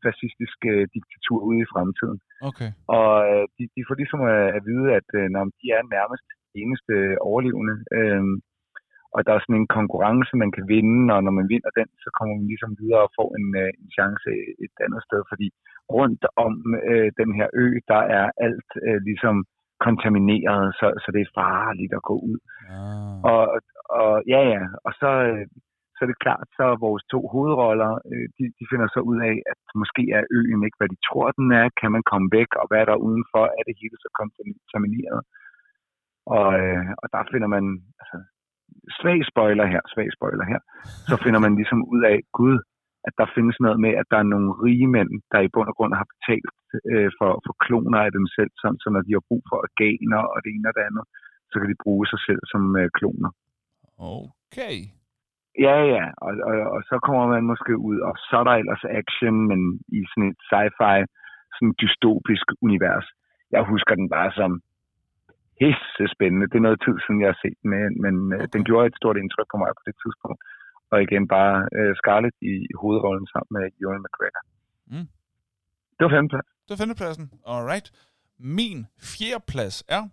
fascistisk øh, diktatur ude i fremtiden. Okay. Og øh, de, de får ligesom at, at vide, at øh, når de er nærmest eneste overlevende, øh, og der er sådan en konkurrence, man kan vinde, og når man vinder den, så kommer man ligesom videre og får en, øh, en chance et andet sted, fordi rundt om øh, den her ø, der er alt øh, ligesom kontamineret, så, så det er farligt at gå ud. Ah. Og, og ja, ja, og så, øh, så er det klart, så vores to hovedroller, øh, de, de finder så ud af, at måske er øen ikke, hvad de tror, den er, kan man komme væk, og hvad er der udenfor, er det hele så kontamineret. Og, øh, og der finder man, altså, svag spoiler her, svag spoiler her, så finder man ligesom ud af, gud, at der findes noget med, at der er nogle rige mænd, der i bund og grund har betalt øh, for, for kloner af dem selv, sådan, så når de har brug for organer og det ene og det andet, så kan de bruge sig selv som øh, kloner. Okay. Ja, ja, og, og, og så kommer man måske ud, og så er der ellers action, men i sådan et sci-fi, sådan dystopisk univers. Jeg husker den bare som hisse spændende. Det er noget tid siden, jeg har set den, men, men okay. Den gjorde et stort indtryk på mig på det tidspunkt. Og igen bare uh, Scarlett i hovedrollen sammen med Ewan McGregor. Mm. Det var femteplads. Det var femtepladsen. Alright. Min fjerdeplads er...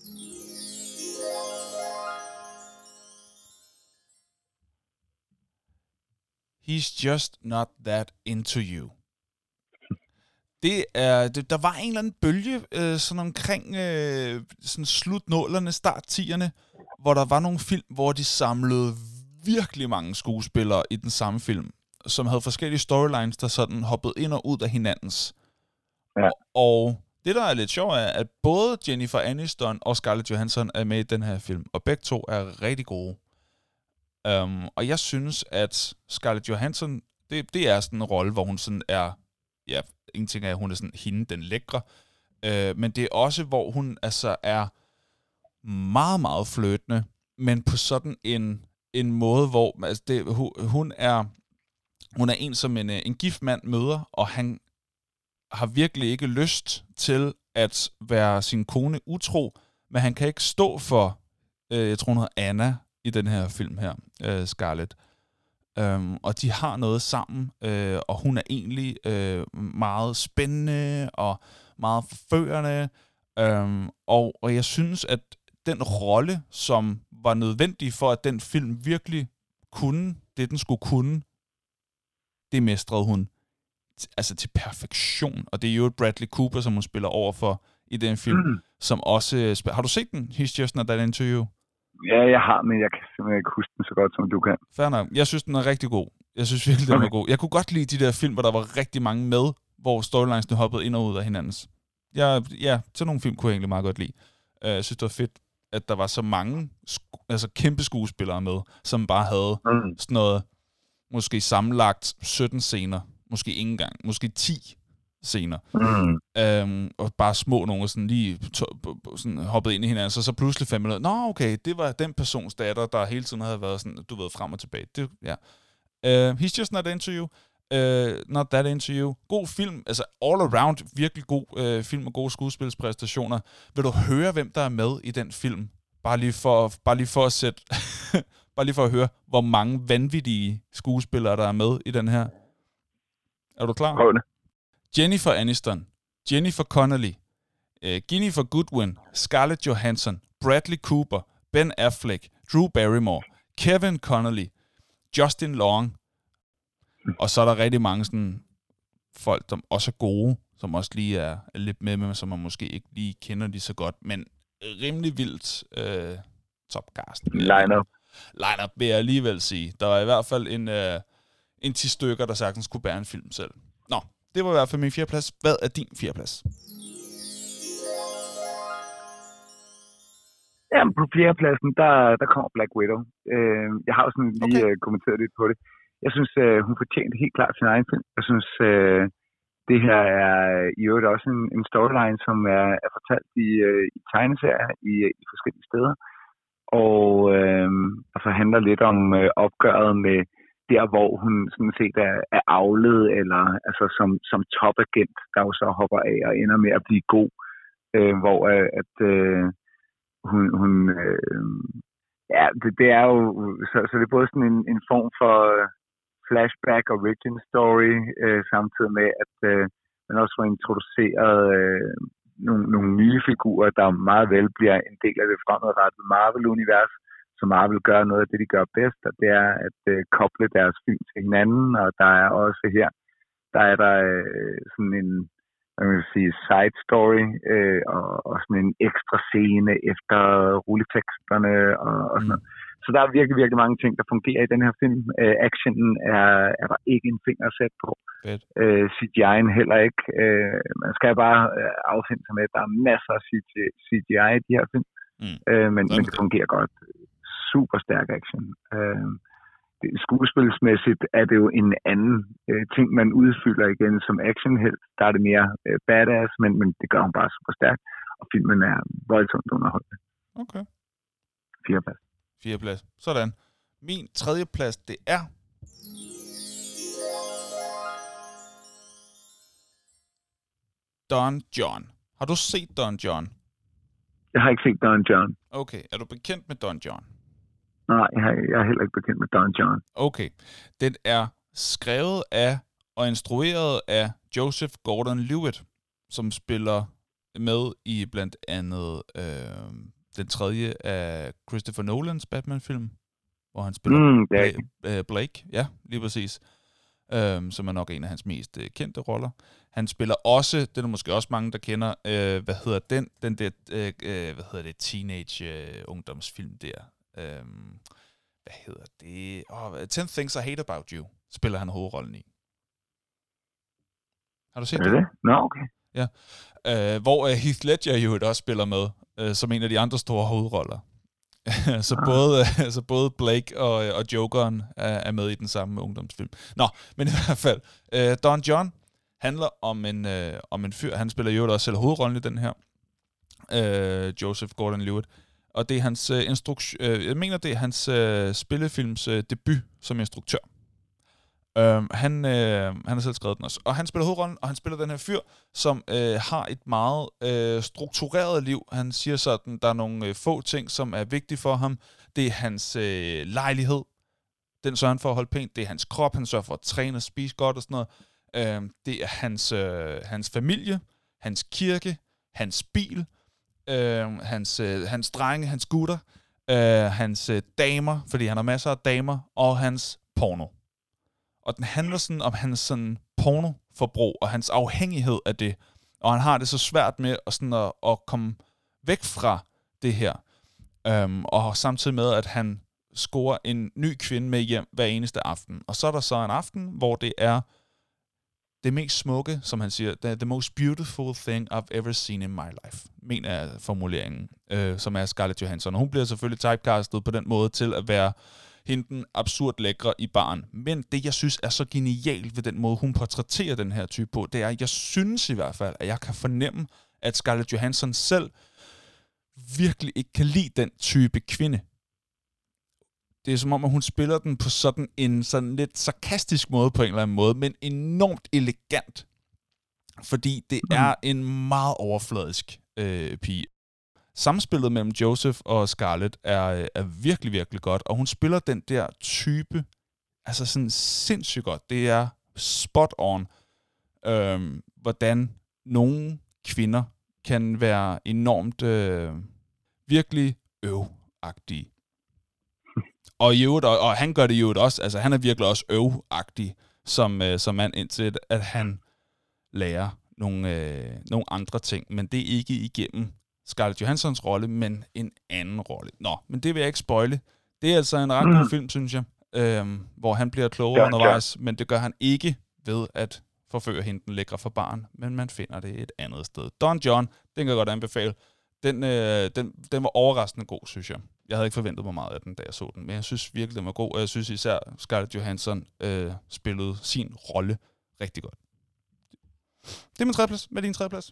He's just not that into you. Det er, det, der var en eller anden bølge øh, sådan omkring øh, sådan slutnålerne, start tierne, hvor der var nogle film, hvor de samlede virkelig mange skuespillere i den samme film, som havde forskellige storylines, der sådan hoppede ind og ud af hinandens. Ja. Og, og det, der er lidt sjovt, er, at både Jennifer Aniston og Scarlett Johansson er med i den her film, og begge to er rigtig gode. Um, og jeg synes, at Scarlett Johansson, det, det er sådan en rolle, hvor hun sådan er, ja, en ting er, at hun er sådan hende, den lækre, uh, men det er også, hvor hun altså er meget, meget flirtende, men på sådan en, en måde, hvor altså det, hun, er, hun er en, som en, en gift mand møder, og han har virkelig ikke lyst til at være sin kone utro, men han kan ikke stå for, uh, jeg tror hun hedder Anna, i den her film her, uh, Scarlett. Um, og de har noget sammen, uh, og hun er egentlig uh, meget spændende og meget forførende. Um, og, og jeg synes, at den rolle, som var nødvendig for, at den film virkelig kunne det, den skulle kunne, det mestrede hun t- altså til perfektion. Og det er jo Bradley Cooper, som hun spiller over for i den film, mm. som også... Sp- har du set den? He's Just Not That Into You? Ja, jeg har, men jeg kan simpelthen ikke huske den så godt, som du kan. Fair nok. Jeg synes, den er rigtig god. Jeg synes virkelig, den okay. var god. Jeg kunne godt lide de der film, hvor der var rigtig mange med, hvor storylinesene hoppede ind og ud af hinandens. Jeg, ja, sådan nogle film kunne jeg egentlig meget godt lide. Jeg synes, det var fedt, at der var så mange sku- altså kæmpe skuespillere med, som bare havde mm. sådan noget, måske sammenlagt sytten scener, måske ikke engang, måske ti scener. Mm. Øhm, og bare små nogle, sådan lige to- sådan hoppet ind i hinanden, så så pludselig fandt man ud af, nå okay, det var den persons datter, der hele tiden havde været sådan, du ved, frem og tilbage. Det, ja. Uh, He's Just Not Into You. Uh, Not That Into You. God film, altså all around, virkelig god uh, film og gode skuespilspræstationer. Vil du høre, hvem der er med i den film? Bare lige for, bare lige for at sætte, bare lige for at høre, hvor mange vanvittige skuespillere, der er med i den her. Er du klar? Prøv det. Jennifer Aniston, Jennifer Connelly, uh, Ginnifer Goodwin, Scarlett Johansson, Bradley Cooper, Ben Affleck, Drew Barrymore, Kevin Connolly, Justin Long, og så er der rigtig mange sådan folk, som også er gode, som også lige er, er lidt med, men som man måske ikke lige kender lige så godt, men rimelig vildt øh, topcast. Line-up. Line-up vil jeg alligevel sige. Der var i hvert fald en, øh, en ti stykker, der sagtens kunne bære en film selv. Nå, det var i hvert fald min fjerdeplads. Hvad er din fjerdeplads? Jamen, på fjerdepladsen, der, der kommer Black Widow. Øh, jeg har jo sådan lige okay. uh, kommenteret lidt på det. Jeg synes, uh, hun fortjente helt klart sin egen film. Jeg synes, uh, det her er i øvrigt også en, en storyline, som er, er fortalt i, uh, i tegneserier i, i forskellige steder. Og uh, altså handler lidt om uh, opgøret med der, hvor hun sådan set er, er avlet, eller altså som, som topagent, der jo så hopper af og ender med at blive god. Uh, hvor uh, at... Uh, Hun, hun øh, ja, det, det er jo, så, så det er både sådan en, en form for, flashback origin story, øh, samtidig med, at øh, man også får introduceret øh, nogle, nogle nye figurer, der meget vel bliver en del af det fremadrettede Marvel-univers. Så Marvel gør noget af det, de gør bedst, og det er at øh, koble deres film til hinanden, og der er også her, der er der øh, sådan en, hvad man vil sige, side story, øh, og, og sådan en ekstra scene efter rulleteksterne, og, og sådan noget. Så der er virkelig, virkelig mange ting, der fungerer i den her film. Øh, actionen er, er der ikke en finger at sætte på. Øh, C G I'en heller ikke. Øh, man skal bare øh, affinde sig med, at der er masser af C G I i de her film, mm. øh, men, men det fungerer godt. Super stærk action. Øh, det, skuespilsmæssigt er det jo en anden øh, ting, man udfylder igen som actionhelt. Der er det mere øh, badass, men, men det gør hun bare super stærkt. Og filmen er voldsomt underholdende. Okay. Fire plads. Fire plads. Sådan. Min tredje plads, det er... Don John. Har du set Don John? Jeg har ikke set Don John. Okay. Er du bekendt med Don John? Nej, jeg, har, jeg er heller ikke bekendt med Don John. Okay. Den er skrevet af og instrueret af Joseph Gordon-Levitt, som spiller med i blandt andet øh, den tredje af Christopher Nolans Batman-film, hvor han spiller mm, Bla- Blake. Ja, lige præcis. Øh, som er nok en af hans mest øh, kendte roller. Han spiller også, det er der måske også mange, der kender, øh, hvad hedder den, den der, øh, hvad hedder det, teenage-ungdomsfilm øh, der. Øh, hvad hedder det? Oh, ten Things I Hate About You, spiller han hovedrollen i. Har du set er det? det? Nå, no, okay. Ja. Øh, hvor uh, Heath Ledger jo også spiller med, øh, som en af de andre store hovedroller. så, ah. både, øh, så både Blake og, og Jokeren er, er med i den samme ungdomsfilm. Nå, men i hvert fald, øh, Don John handler om en, øh, om en fyr, han spiller jo også selv hovedrollen i den her, øh, Joseph Gordon-Levitt, og det er hans øh, instruktør, øh, jeg mener det er hans øh, spillefilms øh, debut som instruktør. Uh, han, øh, han har selv skrevet den også. Og han spiller hovedrollen, og han spiller den her fyr, som øh, har et meget øh, struktureret liv. Han siger sådan, der er nogle øh, få ting, som er vigtige for ham. Det er hans øh, lejlighed. Den sørger han for at holde pænt. Det er hans krop. Han sørger for at træne og spise godt og sådan noget. Uh, det er hans, øh, hans familie, hans kirke, hans bil, øh, hans, øh, hans drenge, hans gutter, øh, hans øh, damer, fordi han har masser af damer, og hans porno. Og den handler sådan om hans sådan pornoforbrug og hans afhængighed af det. Og han har det så svært med at, sådan at, at komme væk fra det her. Um, og samtidig med, at han scorer en ny kvinde med hjem hver eneste aften. Og så er der så en aften, hvor det er det mest smukke, som han siger, the, the most beautiful thing I've ever seen in my life, mener jeg formuleringen, øh, som er Scarlett Johansson. Og hun bliver selvfølgelig typecastet på den måde til at være hende den absurd lækre i baren. Men det, jeg synes er så genialt ved den måde, hun portrætterer den her type på, det er, at jeg synes i hvert fald, at jeg kan fornemme, at Scarlett Johansson selv virkelig ikke kan lide den type kvinde. Det er som om, at hun spiller den på sådan en sådan lidt sarkastisk måde på en eller anden måde, men enormt elegant. Fordi det er en meget overfladisk øh, pige. Samspillet mellem Joseph og Scarlett er, er virkelig, virkelig godt, og hun spiller den der type, altså sådan sindssygt godt. Det er spot on, øh, hvordan nogle kvinder kan være enormt øh, virkelig øv-agtige. Og, i øvrigt, og, og han gør det jo også, altså han er virkelig også øv-agtig som, øh, som mand, indtil at han lærer nogle, øh, nogle andre ting, men det er ikke igennem Scarlett Johanssons rolle, men en anden rolle. Nå, men det vil jeg ikke spoile. Det er altså en ret god mm. film, synes jeg, øh, hvor han bliver klogere ja, undervejs, ja. Men det gør han ikke ved at forføre hende den lækre for barn, men man finder det et andet sted. Don John, den kan jeg godt anbefale. Den, øh, den, den var overraskende god, synes jeg. Jeg havde ikke forventet mig meget af den, da jeg så den, men jeg synes virkelig, den var god, og jeg synes især, Scarlett Johansson øh, spillede sin rolle rigtig godt. Det er min tredjeplads. Hvad er din tredjeplads?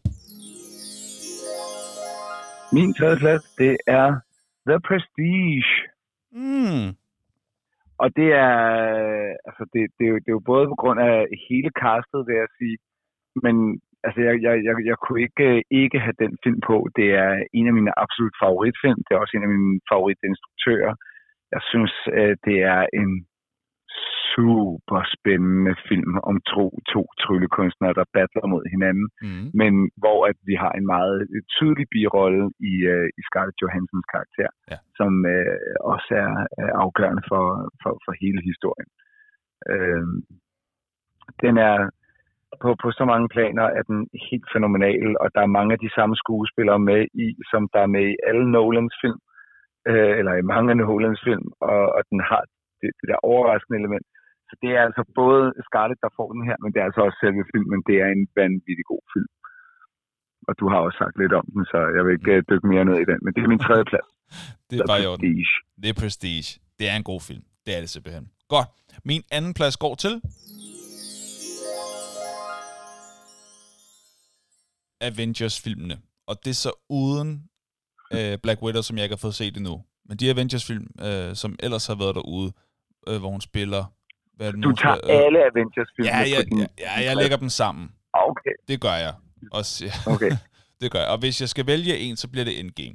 Min tredjeplads, det er The Prestige. Mm. Og det er, altså det, det, er jo, det er jo både på grund af hele castet, vil jeg sige, men altså jeg, jeg, jeg, jeg kunne ikke, ikke have den film på. Det er en af mine absolut favoritfilm. Det er også en af mine favoritinstruktører. Jeg synes, det er en super spændende film om to, to tryllekunstnere, der battler mod hinanden, mm. men hvor at vi har en meget tydelig birolle i, uh, i Scarlett Johanssons karakter, ja. som uh, også er, er afgørende for, for, for hele historien. Uh, den er på, på så mange planer er den helt fænomenal, og der er mange af de samme skuespillere med i, som der er med i alle Nolans film, uh, eller i mange af Nolans film, og, og den har det, det der overraskende element. Så det er altså både Scarlett, der får den her, men det er altså også selve filmen. Det er en vanvittig god film. Og du har også sagt lidt om den, så jeg vil ikke dykke mere ned i den. Men det er min tredje plads. Det er bare Prestige. Det er Prestige. Det er en god film. Det er det simpelthen. Godt. Min anden plads går til Avengers-filmene. Og det er så uden øh, Black Widow, som jeg ikke har fået set endnu. Men de Avengers-film, øh, som ellers har været derude, øh, hvor hun spiller... Hvad du tager spiller, øh, alle Avengers-film. Ja, ja, ja, ja, jeg lægger dem sammen. Okay. Det gør jeg. Også, ja. Okay. Det gør jeg. Og hvis jeg skal vælge en, så bliver det Endgame.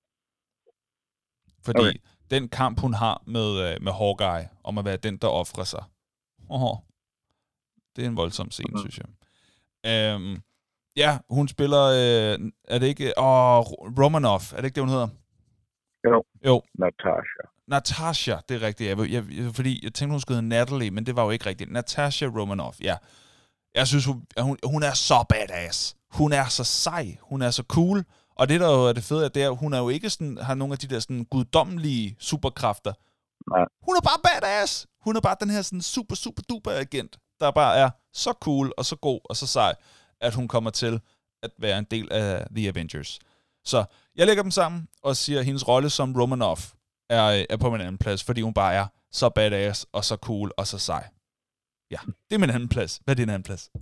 Fordi okay. den kamp, hun har med, med Hawkeye, om at være den, der offrer sig. Oh, det er en voldsom scene, mm. synes jeg. Øhm, ja, hun spiller... Øh, er det ikke... Åh, Romanoff. Er det ikke det, hun hedder? Jo. Jo. Natasha. Natasha, det er rigtigt. Jeg, jeg, jeg, fordi jeg tænkte, hun skulle hedde Natalie, men det var jo ikke rigtigt. Natasha Romanoff, ja. Jeg synes, hun, hun, hun er så badass. Hun er så sej. Hun er så cool. Og det, der jo er det fede, det er, hun er jo ikke sådan, har nogle af de der sådan guddommelige superkræfter. Nej. Hun er bare badass. Hun er bare den her sådan super, super duper agent, der bare er så cool og så god og så sej, at hun kommer til at være en del af The Avengers. Så jeg lægger dem sammen og siger, at hendes rolle som Romanoff er, er på min anden plads, fordi hun bare er så badass og så cool og så sej. Ja, det er min anden plads. Hvad er din anden plads?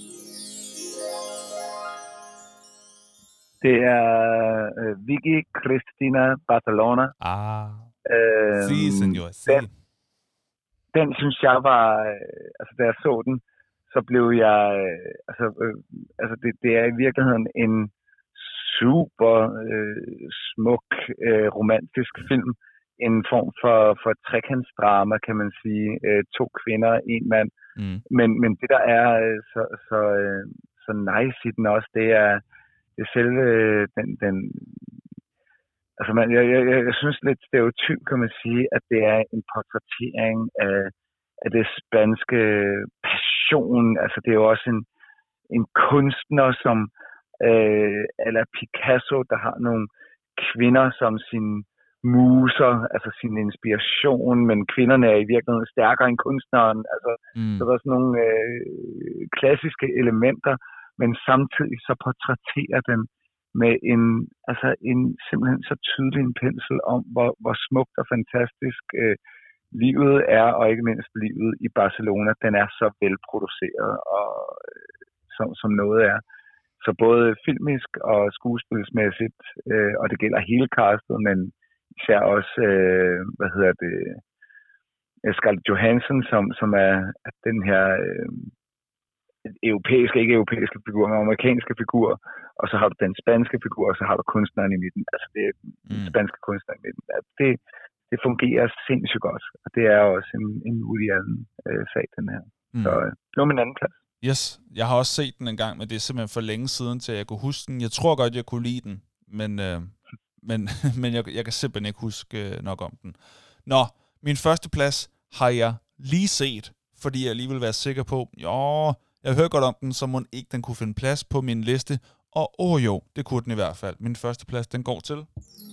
Det er uh, Vicky Cristina Barcelona. Ah, øh, si, senor, si. Den, den synes jeg var, øh, altså da jeg så den, så blev jeg, øh, altså, øh, altså det, det er i virkeligheden en super øh, smuk, øh, romantisk film. En form for, for trekantsdrama, kan man sige. Øh, to kvinder, en mand. Mm. Men, men det, der er øh, så, så, øh, så nice i den også, det er, det er selve den... den altså, man, jeg, jeg, jeg synes lidt stereotyp, kan man sige, at det er en portrættering af, af det spanske passion. Altså, det er jo også en, en kunstner, som øh, eller Picasso, der har nogle kvinder som sin muser, altså sin inspiration, men kvinderne er i virkeligheden stærkere end kunstneren. Altså, mm. så der er sådan nogle øh, klassiske elementer, men samtidig så portrætterer den med en, altså en simpelthen så tydelig en pensel om, hvor, hvor smukt og fantastisk øh, livet er, og ikke mindst livet i Barcelona. Den er så velproduceret, og, øh, som, som noget er. Så både filmisk og skuespilsmæssigt, øh, og det gælder hele castet, men især også, øh, hvad hedder det, Scarlett Johansson, som, som er, er den her øh, europæiske, ikke europæiske figur, men amerikanske figur, og så har du den spanske figur, og så har du kunstneren i midten, altså det er den mm. spanske kunstner i midten. Altså det, det fungerer sindssygt godt, og det er også en, en Woody Allen-sag, den her. Mm. Så øh, det var min anden plads. Yes, jeg har også set den en gang, men det er simpelthen for længe siden, til jeg kunne huske den. Jeg tror godt, jeg kunne lide den, men... Øh Men, men jeg, jeg kan simpelthen ikke huske nok om den. Nå, min første plads har jeg lige set, fordi jeg lige vil være sikker på, jo, jeg hører godt om den, så må ikke den kunne finde plads på min liste. Og åh oh jo, det kunne den i hvert fald. Min første plads, den går til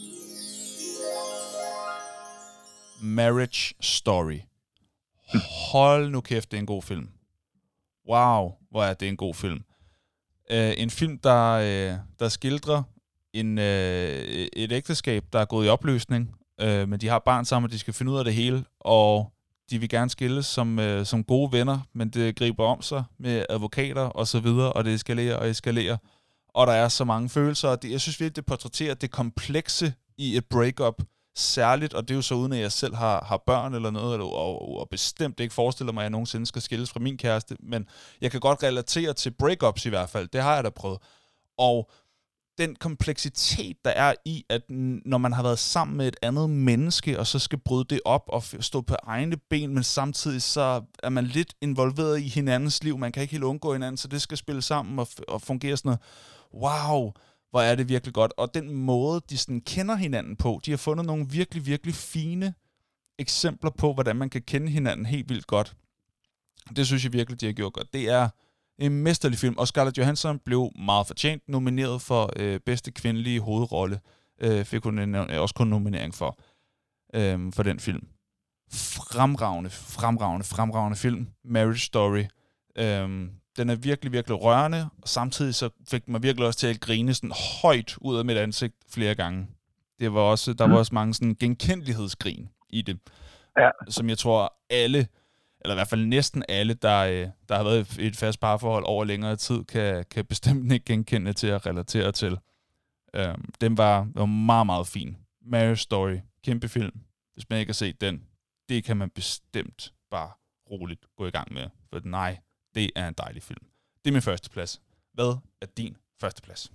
Marriage Story. Hold nu kæft, det er en god film. Wow, hvor er det en god film. Uh, en film, der, uh, der skildrer En, øh, et ægteskab, der er gået i opløsning, øh, men de har barn sammen, og de skal finde ud af det hele, og de vil gerne skilles som, øh, som gode venner, men det griber om sig med advokater og så videre, og det eskalerer og eskalerer, og der er så mange følelser, og det, jeg synes virkelig, det portrætterer det komplekse i et breakup, særligt, og det er jo så uden, at jeg selv har, har børn eller noget, eller, og, og bestemt ikke forestiller mig, at jeg nogensinde skal skilles fra min kæreste, men jeg kan godt relatere til breakups i hvert fald, det har jeg da prøvet, og den kompleksitet, der er i, at når man har været sammen med et andet menneske, og så skal bryde det op og stå på egne ben, men samtidig så er man lidt involveret i hinandens liv. Man kan ikke helt undgå hinanden, så det skal spille sammen og, og fungere sådan noget. Wow, hvor er det virkelig godt. Og den måde, de sådan kender hinanden på, de har fundet nogle virkelig, virkelig fine eksempler på, hvordan man kan kende hinanden helt vildt godt. Det synes jeg virkelig, de har gjort godt. Det er en mesterlig film, og Scarlett Johansson blev meget fortjent nomineret for øh, bedste kvindelige hovedrolle. Øh, fik hun en, også kun nominering for, øh, for den film. Fremragende, fremragende, fremragende film. Marriage Story. Øh, den er virkelig, virkelig rørende, og samtidig så fik man virkelig også til at grine sådan højt ud af mit ansigt flere gange. Det var også, der var også mange sådan genkendelighedsgrin i det, ja. Som jeg tror alle, eller i hvert fald næsten alle, der, der har været i et fast parforhold over længere tid, kan, kan bestemt ikke genkende til at relatere til. Um, den var, var meget, meget fin. Marriage Story, kæmpe film. Hvis man ikke har set den, det kan man bestemt bare roligt gå i gang med. For nej, det er en dejlig film. Det er min første plads. Hvad er din første plads?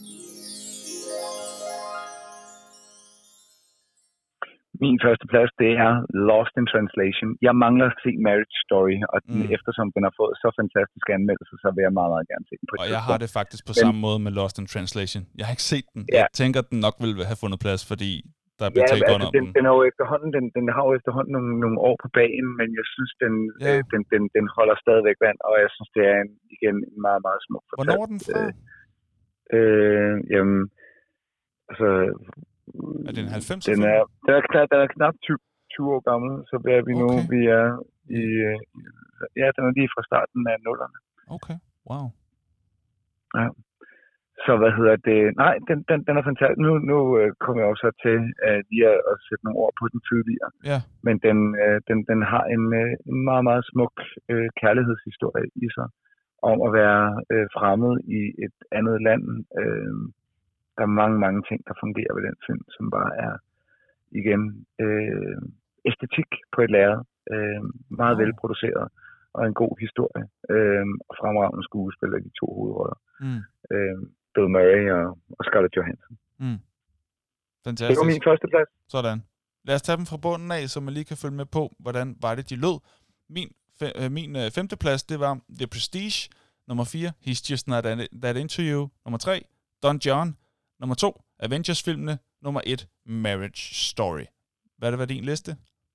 Min første plads, det er Lost in Translation. Jeg mangler at se Marriage Story, og den, mm. eftersom den har fået så fantastiske anmeldelser, så vil jeg meget, meget gerne se den. På og jeg har det faktisk på Men, samme måde med Lost in Translation. Jeg har ikke set den. Ja. Jeg tænker, at den nok vil have fundet plads, fordi der er blevet ja, talt altså, godt om den. Den, har jo efterhånden, den, den har jo efterhånden nogle, nogle år på bagen, men jeg synes, den, ja. øh, den, den, den holder stadigvæk vand, og jeg synes, det er en, igen en meget, meget smuk fortalt. Hvornår er den fra? Øh, øh, jamen, altså... Er det en halvfemser? Den er, den er, knap, den er knap tyve, tyve år gammel, så er vi nu, okay. vi er i, ja, den er lige fra starten af nullerne. Okay, wow. Ja. Så hvad hedder det? Nej, den, den, den er fantastisk. Nu, nu øh, kommer jeg også til uh, lige at, at sætte nogle ord på den tidligere. Ja. Men den, øh, den, den har en, øh, en meget, meget smuk øh, kærlighedshistorie i sig, om at være øh, fremmed i et andet land. Øh, Der er mange, mange ting, der fungerer ved den film, som bare er, igen, øh, æstetik på et lærred. Øh, meget oh. velproduceret, og en god historie. Øh, og fremragende skuespillere, de to hovedroller. Mm. Øh, Bill Murray og, og Scarlett Johansson. Mm. Fantastisk. Det var min første plads. Sådan. Lad os tage dem fra bunden af, så man lige kan følge med på, hvordan var det, de lød. Min, fe, øh, min øh, femte plads, det var The Prestige. Nummer fire, He's Just Not That Into You. Nummer tre, Don John. Nummer to, Avengers-filmene. Nummer et, Marriage Story. Hvad er det, hvad er din liste?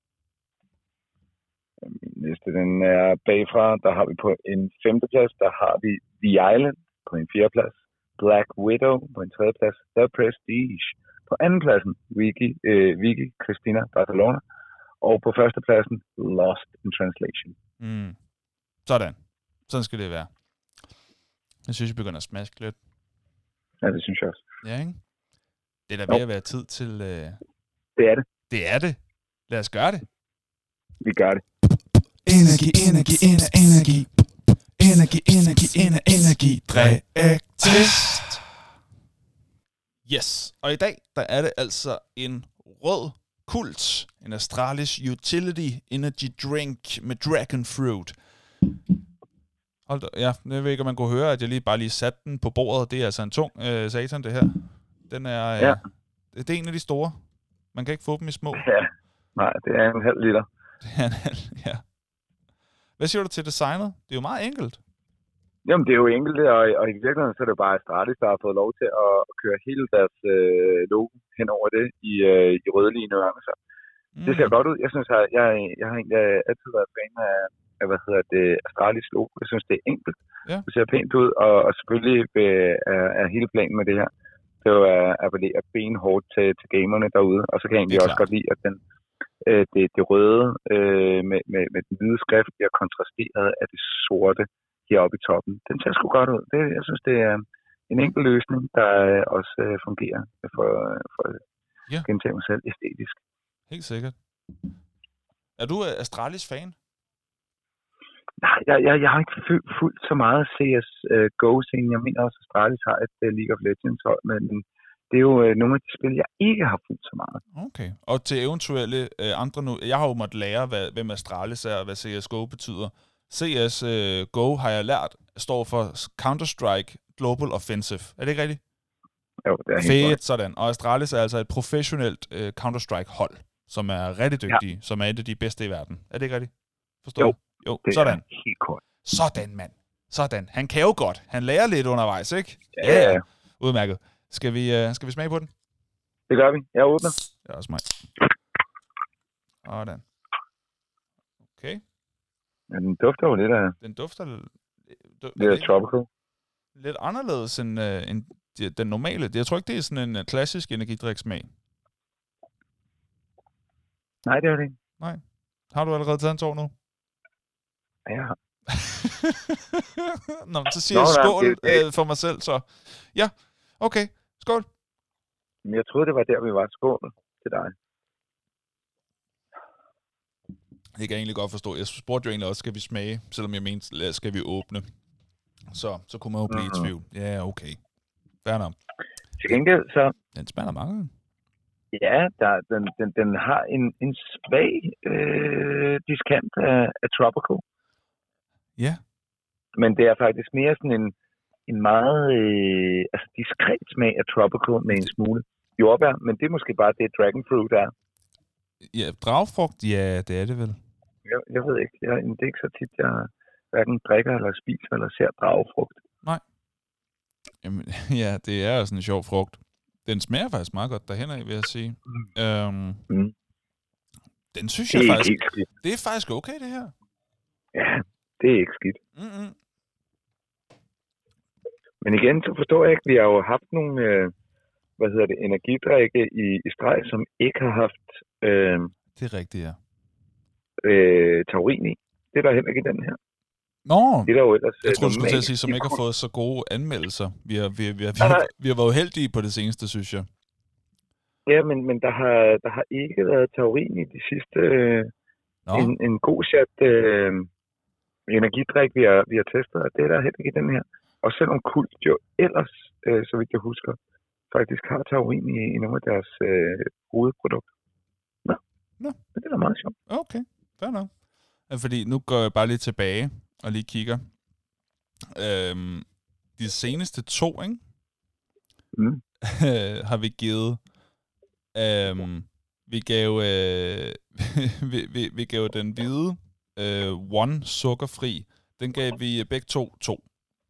Min liste, den er bagfra. Der har vi på en femte plads, der har vi The Island på en fjerde plads. Black Widow på en tredje plads. The Prestige på anden pladsen. Vicky, øh, Vicky Cristina Barcelona. Og på første pladsen, Lost in Translation. Mm. Sådan. Sådan skal det være. Jeg synes, jeg begynder at smaske lidt. Ja, det synes jeg også. Ja, ikke? Det er da ved at være tid til... Øh... Det er det. Det er det. Lad os gøre det. Vi gør det. Energi, energi, energi, energi. Energi, energi, energi, energi. Dræk-test. Yes. Og i dag, der er det altså en rød kult. En Astralis Utility Energy Drink med Dragon Fruit. Hold da, ja, jeg ved ikke, om man kunne høre, at jeg lige bare lige satte den på bordet. Det er altså en tung øh, satan, det her. Den er, øh, ja. Det er en af de store. Man kan ikke få dem i små. Ja, nej, det er en halv liter. Det er en halv, ja. Hvad siger du til designet? Det er jo meget enkelt. Jamen, det er jo enkelt, og, og i virkeligheden så er det jo bare Astralis, der har fået lov til at, at køre hele deres øh, logo hen over det i, øh, i rødlige nuancer. Mm. Det ser godt ud. Jeg synes, jeg, jeg, jeg har egentlig altid været fan af, af hvad hedder det, Astralis logo. Jeg synes, det er enkelt. Ja. Det ser pænt ud, og, og selvfølgelig er, er hele planen med det her. Det er jo at appellere benhårdt til, til gamerne derude, og så kan jeg egentlig også godt lide, at den, øh, det, det røde øh, med, med, med den hvide skrift bliver kontrasteret af det sorte heroppe i toppen. Den ser sgu godt ud. Det, jeg synes, det er en enkel løsning, der også øh, fungerer for, for at ja. gentage mig selv æstetisk. Helt sikkert. Er du Astralis-fan? Nej, jeg, jeg, jeg har ikke fulgt så meget C S G O-scenen. Jeg mener også, at Astralis har et uh, League of Legends hold, men det er jo uh, nogle af de spil, jeg ikke har fulgt så meget. Okay. Og til eventuelle uh, andre nu... Jeg har jo måttet lære, hvad, hvem Astralis er, og hvad C S G O betyder. C S G O har jeg lært, står for Counter-Strike Global Offensive. Er det ikke rigtigt? Jo, det er helt Fedt, godt. sådan. Og Astralis er altså et professionelt uh, Counter-Strike-hold, som er rigtig dygtige, ja. som er et af de bedste i verden. Er det ikke rigtigt? Forstår Jo, jo det sådan. er helt kort. Sådan, mand. Sådan. Han kan jo godt. Han lærer lidt undervejs, ikke? Ja, ja. Udmærket. Skal vi, uh, skal vi smage på den? Det gør vi. Jeg åbner. Det er også mig. Sådan. Okay. Ja, den dufter jo lidt af... Den dufter... Du, det er tropical. Lidt anderledes end, uh, end den normale. Jeg tror ikke, det er sådan en uh, klassisk energidriksmag. Nej, det er det ikke. Nej. Har du allerede taget en tår nu? Ja, jeg har. Nå, så siger Nå, jeg skål nej, det, det... Øh, for mig selv, så... Ja, okay. Skål. Men jeg troede, det var der, vi var. Skål til dig. Det kan jeg egentlig godt forstå. Jeg spurgte jo egentlig også, skal vi smage, selvom jeg mente, skal vi åbne. Så, så kunne man jo blive mm-hmm. i tvivl. Ja, okay. Fair nok. Til gengæld, så... Den smager mange. Ja, der, den, den, den har en, en svag øh, diskant af, af tropical. Ja. Men det er faktisk mere sådan en, en meget øh, altså diskret smag af tropical med en smule jordbær. Men det er måske bare det, dragon fruit er. Ja, dragfrugt, ja, det er det vel. Jeg, jeg ved ikke. Jeg, det er ikke så tit, jeg hverken drikker eller spiser eller ser dragfrugt. Nej. Jamen, ja, det er jo sådan en sjov frugt. Den smager faktisk meget godt derhen af, vil jeg sige. Mm. Øhm, mm. Den synes jeg det faktisk... Det er faktisk okay, det her. Ja, det er ikke skidt. Mm-hmm. Men igen, så forstår jeg ikke, vi har jo haft nogle, øh, hvad hedder det, energidrikke i, i streg, som ikke har haft... Øh, det er rigtigt, ja. Øh, taurin i. Det er der heller ikke i den her. Nå, det er jo ellers, jeg tror du skulle til at sige, som ikke har fået så gode anmeldelser. Vi har, vi, vi, har, vi, har, vi har været uheldige på det seneste, synes jeg. Ja, men, men der, har, der har ikke været taurin i de sidste... Øh, en, en god chat øh, energidrik, vi har, vi har testet, og det er der heller ikke i den her. Og selvom Kult jo ellers, øh, så vidt jeg husker, faktisk har taurin i, i nogle af deres øh, hovedprodukter. Nå, Nå. Men det er meget sjovt. Okay, fair nok. Fordi nu går jeg bare lige tilbage og lige kigger. Øhm, de seneste to, ikke? Mm. har vi givet... Øhm, vi gav øh, vi, vi, vi gav den hvide øh, One sukkerfri. Den gav vi begge to to.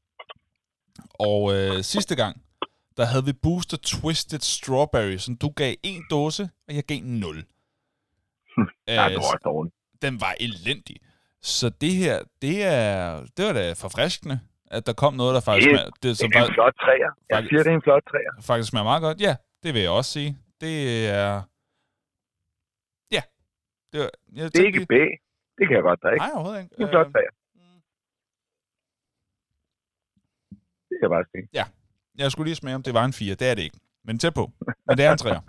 Og øh, sidste gang, der havde vi Booster Twisted Strawberry, som du gav en dåse, og jeg gav nul. Ja, det var dårligt. Den var elendig. Så det her, det er det var da forfriskende, at der kom noget, der faktisk det, smager... Det, det er en flot træer. Jeg siger, det er en flot træer. Faktisk smager meget godt. Ja, det vil jeg også sige. Det er... Ja. Det, var, jeg det er ikke B. Det kan jeg godt drikke. Nej, overhovedet ikke. Det er en flot træer. Det kan jeg bare sige. Ja. Jeg skulle lige smage, om det var en fire. Det er det ikke. Men tæt på. Men det er en træer.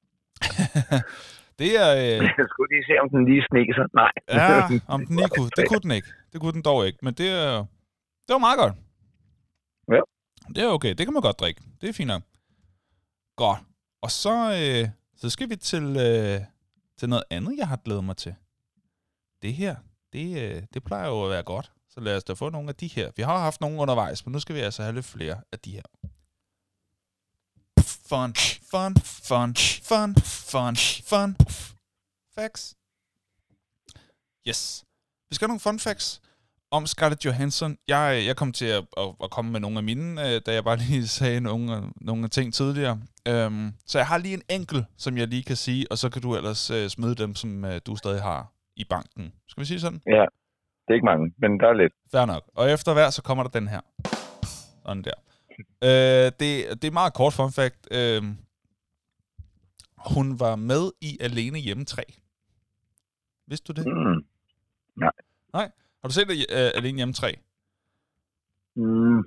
Det er... Øh... Jeg skulle lige se, om den lige sneker sig. Nej. Ja, om den lige kunne. Det kunne den ikke. Det kunne den dog ikke. Men det er... Det var meget godt. Ja. Det er okay. Det kan man godt drikke. Det er fint nok. Godt. Og så, øh, så skal vi til, øh, til noget andet, jeg har glædet mig til. Det her, det, øh, det plejer jo at være godt. Så lad os da få nogle af de her. Vi har haft nogle undervejs, men nu skal vi altså have lidt flere af de her. Fun, fun, fun, fun, fun, fun. Facts. Yes. Vi skal have nogle fun facts om Scarlett Johansson. Jeg, jeg kom til at, at, at komme med nogle af mine, da jeg bare lige sagde nogle, nogle ting tidligere. Um, så jeg har lige en enkelt, som jeg lige kan sige, og så kan du ellers uh, smide dem, som uh, du stadig har i banken. Skal vi sige sådan? Ja, det er ikke mange, men der er lidt. Fair nok. Og efter hver, så kommer der den her. Sådan der. Uh, det, det er meget kort fun fact. Uh, hun var med i Alene Hjemme tre. Vidste du det? Mm. Nej. Nej? Har du set det, uh, Alene Hjemme tre? Mm.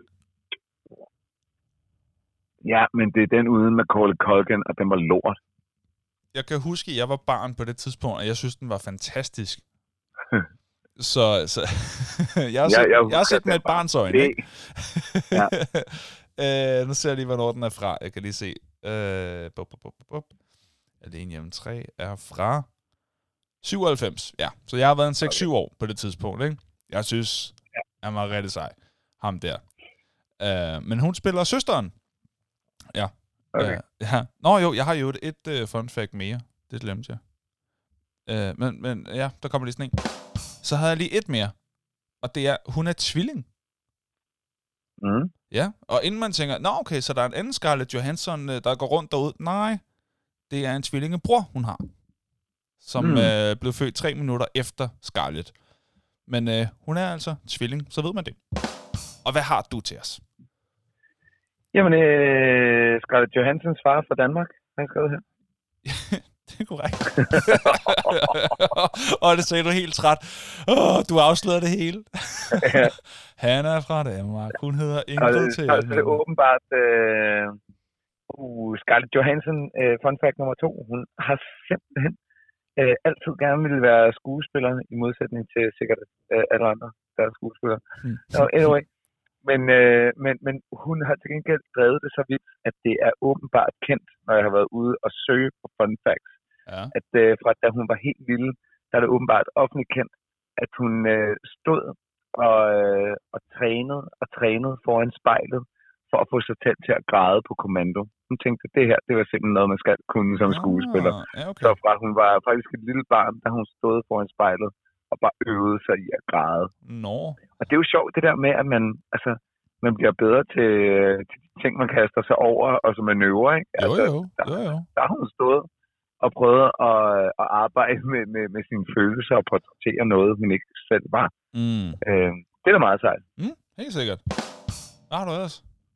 Ja, men det er den uden Macaulay Culkin, og den var lort. Jeg kan huske, at jeg var barn på det tidspunkt, og jeg synes, den var fantastisk. så så jeg har set, ja, jeg, jeg har set med et barns øjne. Ikke? Ja. øh, nu ser jeg lige, hvornår den er fra. Jeg kan lige se. Øh, bup, bup, bup, bup. Alene Hjemme tre er fra syvoghalvfems. Ja, så jeg har været en seks syv okay. år på det tidspunkt. Ikke? Jeg synes, ja. Han var rigtig sej. Ham der. Øh, men hun spiller søsteren. Ja. Okay. Ja, ja. Nå jo, jeg har jo et, et uh, fun fact mere. Det glemte jeg. Uh, men, men ja, der kommer lige sådan en. Så havde jeg lige et mere. Og det er, hun er tvilling. Mm. Ja, og inden man tænker, nå okay, så der er en anden Scarlett Johansson, der går rundt derude. Nej, det er en tvillingebror, hun har. Som mm. øh, blev født tre minutter efter Scarlett. Men øh, hun er altså tvilling, så ved man det. Og hvad har du til os? Jamen, øh, Scarlett Johanssons far fra Danmark, har jeg skrevet her. Det er korrekt. Og det sagde du helt træt. Oh, du afslører det hele. Han er fra Danmark. Hun hedder Ingrid til. Altså, det er åbenbart øh, uh, Scarlett Johansson, øh, fun fact nummer to. Hun har simpelthen øh, altid gerne ville være skuespiller, i modsætning til sikkert øh, alle andre, der er skuespillere. Hmm. No, anyway. Men, øh, men, men hun har til gengæld drevet det så vidt, at det er åbenbart kendt, når jeg har været ude og søge på fun facts. Ja. At øh, fra da hun var helt lille, der er det åbenbart offentligt kendt, at hun øh, stod og, øh, og trænede og trænede foran spejlet, for at få sig selv til at græde på kommando. Hun tænkte, at det her, det var simpelthen noget, man skal kunne som skuespiller. Ah, ja, okay. Så fra hun var faktisk et lille barn, da hun stod foran spejlet, og bare øvede sig i at græde. Nå. Og det er jo sjovt, det der med, at man, altså, man bliver bedre til, til ting, man kaster sig over, og som manøvrer, ikke? Altså, jo, jo. Der, jo, jo. der har hun stået og prøvet at, at arbejde med, med, med sine følelser og portrættere noget, hun ikke selv var. Mm. Øh, det er da meget sejt. Mm, helt sikkert. Hvad har du ellers?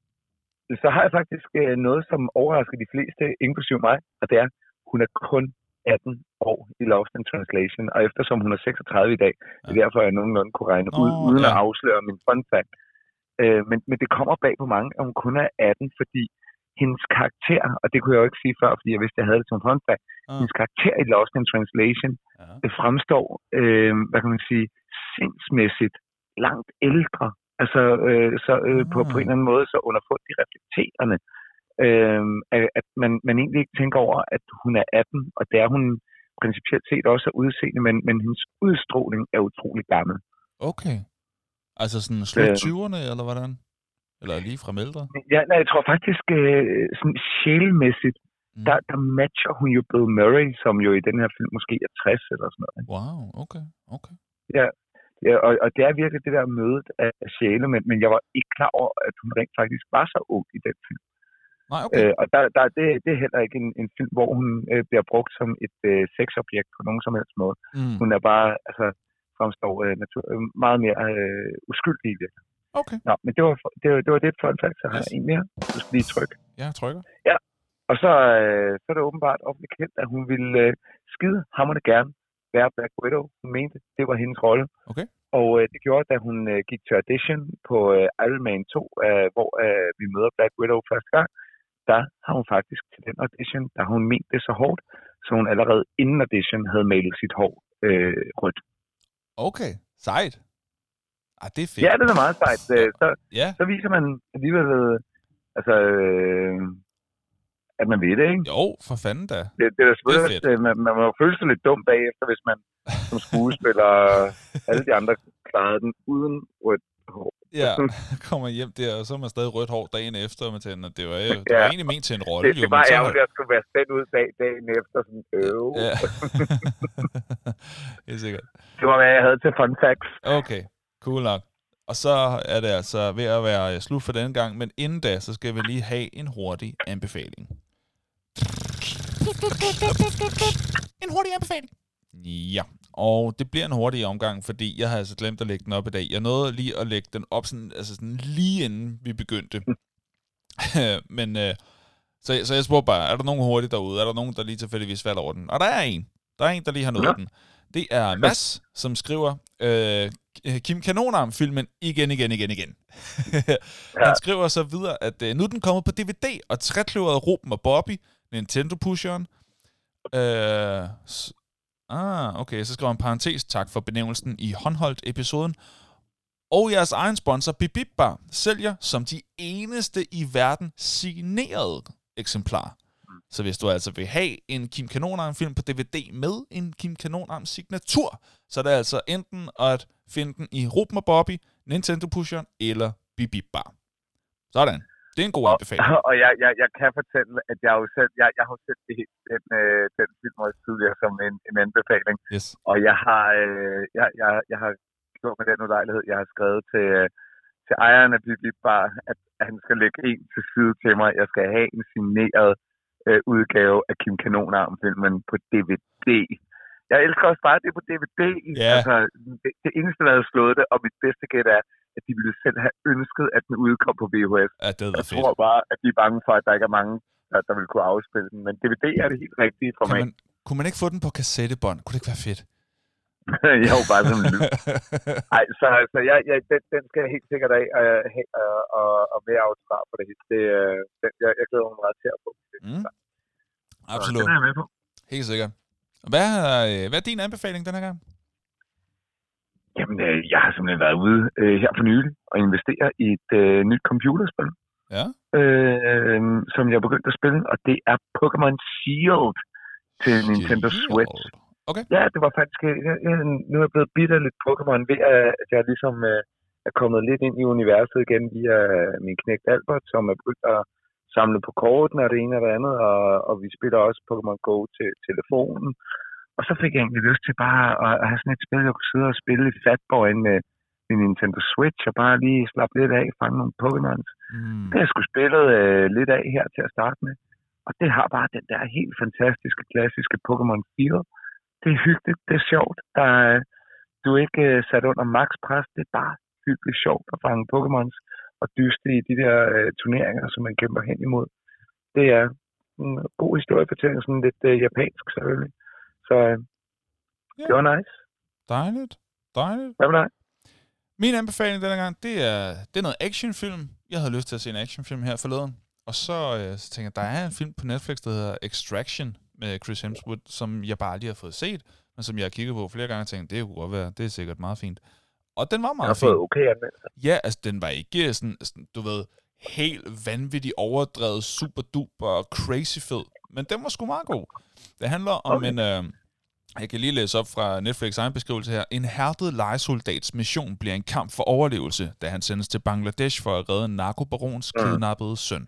Så har jeg faktisk noget, som overrasker de fleste, inklusive mig, og det er, hun er kun atten år i Lost in Translation, og eftersom hun er seksogtredive i dag, ja. Det er derfor, jeg nogenlunde kunne regne ud, oh, uden ja. At afsløre min fun fact. Øh, men, men det kommer bag på mange, at hun kun er atten, fordi hendes karakter, og det kunne jeg jo ikke sige før, fordi jeg vidste, at jeg havde det som fun fact, ah. hendes karakter i Lost in Translation, ja. Det fremstår, øh, hvad kan man sige, sindsmæssigt langt ældre. Altså, øh, så øh, på, på en eller anden måde, så underfundigt reflekterende, øh, at man, man egentlig ikke tænker over, at hun er atten, og det er hun principielt set også er udseende, men, men hendes udstråling er utrolig gammel. Okay. Altså sådan slut tyverne, øh, eller hvordan? Eller lige fra ældre? Ja, nej, jeg tror faktisk, øh, sådan sjælmæssigt, mm. der, der matcher hun jo Bill Murray, som jo i den her film måske er tres eller sådan noget. Wow, okay, okay. Ja. Ja, og, og det er virkelig det der mødet af sjæle, men, men jeg var ikke klar over, at hun rent faktisk var så ung i den film. Nej, okay. Øh, og der, der, det, det er heller ikke en, en film, hvor hun øh, bliver brugt som et øh, sexobjekt på nogen som helst måde. Mm. Hun er bare, altså, fremstår øh, natur, øh, meget mere øh, uskyldig i det. Okay. Nå, men det var det, var, det, var det for en fakt, så har jeg en mere. Du skal lige trykke. Ja, jeg trykker. Ja, og så, øh, så er det åbenbart offentligt kendt, at hun ville øh, skide hamrende gerne være Black Widow. Hun mente, det var hendes rolle. Okay. Og øh, det gjorde, da hun øh, gik til audition på øh, Iron Man to, øh, hvor øh, vi møder Black Widow første gang, der har hun faktisk til den audition, der hun ment det så hårdt, så hun allerede inden audition havde malet sit hår øh, rødt. Okay, sejt. Ah, det er fedt. Ja, det er meget sejt. Øh, så, ja. Så viser man alligevel, øh, altså, øh, at man ved det, ikke? Jo, for fanden da. Det, det er da selvfølgelig, at man, man må føle sig lidt dum bagefter, hvis man som skuespiller alle de andre klarede den uden rødt hår. Ja, kommer hjem der, og så er man stadig rødt hår dagen efter, og man tænker, det var, det var ja. egentlig ment til en rolle. Det, det er bare ærgerligt, at jeg skulle være spændt ud dag, dagen efter, sådan øv. Ja, helt sikkert. Det var, hvad jeg havde til fun facts. Okay, cool nok. Og så er det altså ved at være slut for denne gang, men inden da, så skal vi lige have en hurtig anbefaling. En hurtig anbefaling. Ja, og det bliver en hurtig omgang, fordi jeg har altså glemt at lægge den op i dag. Jeg nåede lige at lægge den op sådan, altså sådan lige inden vi begyndte. Men øh, så, så jeg spurgte bare, er der nogen hurtigt derude? Er der nogen, der lige tilfældigvis falder over den? Og der er en. Der er en, der lige har nået ja. den. Det er Mads, som skriver øh, Kim Kanonarm-filmen igen, igen, igen, igen. Ja. Han skriver så videre, at øh, nu er den kommet på D V D, og trekløveret Ruben og Bobby, Nintendo-pusheren. Øh, ah, okay, så skriver han parentes, tak for benævnelsen i håndholdt-episoden. Og jeres egen sponsor, Bip Bip Bar, sælger som de eneste i verden signerede eksemplarer. Så hvis du altså vil have en Kim Kanonarm-film på D V D med en Kim Kanonarm-signatur, så er det altså enten at finde den i Ruben og Bobby, Nintendo-pusheren eller Bip Bip Bar. Sådan. Det er en god anbefaling. Og, og jeg, jeg, jeg kan fortælle, at jeg jo selv, jeg, jeg har set det, den, øh, den film også tidligere som en, en anbefaling. Yes. Og jeg har, øh, jeg, jeg, jeg har gjort med den ulejlighed, jeg har skrevet til, øh, til ejeren af Bip Bar, at, at han skal lægge en til side til mig. Jeg skal have en signeret øh, udgave af Kim Kanonarm-filmen på D V D. Jeg elsker også bare det på D V D. Yeah. Altså, det, det eneste, der havde slået det, og mit bedste gæt er, at de ville selv have ønsket, at den udkom på V H S. Ja, det jeg fedt. tror bare, at de er bange for, at der ikke er mange, der, der vil kunne afspille den. Men D V D er det helt rigtige format. Man, kunne man ikke få den på kassettebånd? Kunne det ikke være fedt? jo, bare som lyd. Ej, så, så jeg, jeg, den, den skal jeg helt sikkert af og, og, og, og med autograf for det hele. Det, det, jeg, jeg glæder mig meget til at få det. Mm. Absolut. Så, den er jeg med på. Helt sikkert. Hvad er, hvad er din anbefaling den her gang? Jamen, øh, jeg har simpelthen været ude øh, her for nylig og investere i et øh, nyt computerspil, ja. øh, som jeg er begyndt at spille, og det er Pokémon Shield til Shield. Nintendo Switch. Okay. Ja, det var faktisk... Jeg, jeg, nu er jeg blevet bidt af lidt Pokémon ved, at jeg ligesom øh, er kommet lidt ind i universet igen via min knægt Albert, som er begyndt at samle på korten og det ene og det andet, og, og vi spiller også Pokémon Go til telefonen. Og så fik jeg egentlig lyst til bare at, at have sådan et spil, jeg kunne sidde og spille i Fatboyen med min Nintendo Switch, og bare lige slappe lidt af, fange nogle Pokémons. Mm. Det har jeg sgu spillet øh, lidt af her til at starte med. Og det har bare den der helt fantastiske, klassiske Pokémon feel. Det er hyggeligt, det er sjovt. Der er, du er ikke øh, sat under max pres, det er bare hyggeligt sjovt at fange Pokémons og dyste i de der øh, turneringer, som man kæmper hen imod. Det er en god historiefortælling, sådan lidt øh, japansk selvfølgelig. Så øh, yeah. Det var nice. Dejligt, dejligt. Hvad med dig? Min anbefaling denne gang, det er, det er noget actionfilm. Jeg havde lyst til at se en actionfilm her forleden. Og så, øh, så tænkte jeg, der er en film på Netflix, der hedder Extraction med Chris Hemsworth, som jeg bare lige har fået set, men som jeg har kigget på flere gange og tænkt, det kunne godt være, det er sikkert meget fint. Og den var meget fin. Jeg har fået okay anmeldelser. Ja, altså den var ikke sådan, sådan, du ved, helt vanvittigt overdrevet, super duper crazy fed, men den var sgu meget god. Det handler om okay. en, øh, jeg kan lige læse op fra Netflix egen beskrivelse her, en hærdet lejesoldats mission bliver en kamp for overlevelse, da han sendes til Bangladesh for at redde en narkobarons kidnappede søn.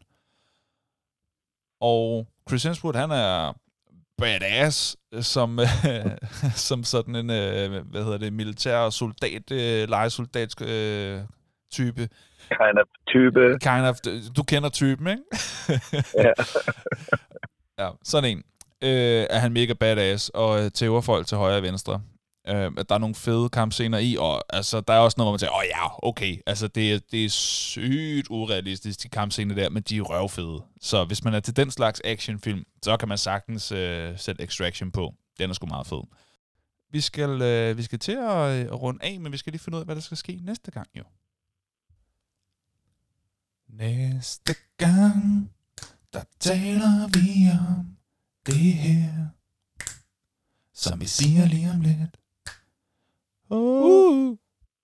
Og Chris Hemsworth, han er badass, som, øh, som sådan en, øh, hvad hedder det, militær soldat, øh, lejesoldat øh, type. Kind of type. Kind of, du kender typen, ikke? Ja. Ja, sådan en. Øh, er han mega badass, og tæver folk til højre og venstre. Øh, der er nogle fede kampscener i, og altså, der er også noget, hvor man tænker, åh oh, ja, okay, altså, det er, det er sygt urealistisk, de kampscener der, men de er røvfede. Så hvis man er til den slags actionfilm, så kan man sagtens øh, sætte Extraction på. Den er sgu meget fed. Vi skal, øh, vi skal til at, at runde af, men vi skal lige finde ud af, hvad der skal ske næste gang, jo. Næste gang, der taler vi om det her, som vi siger lige om lidt. Uh.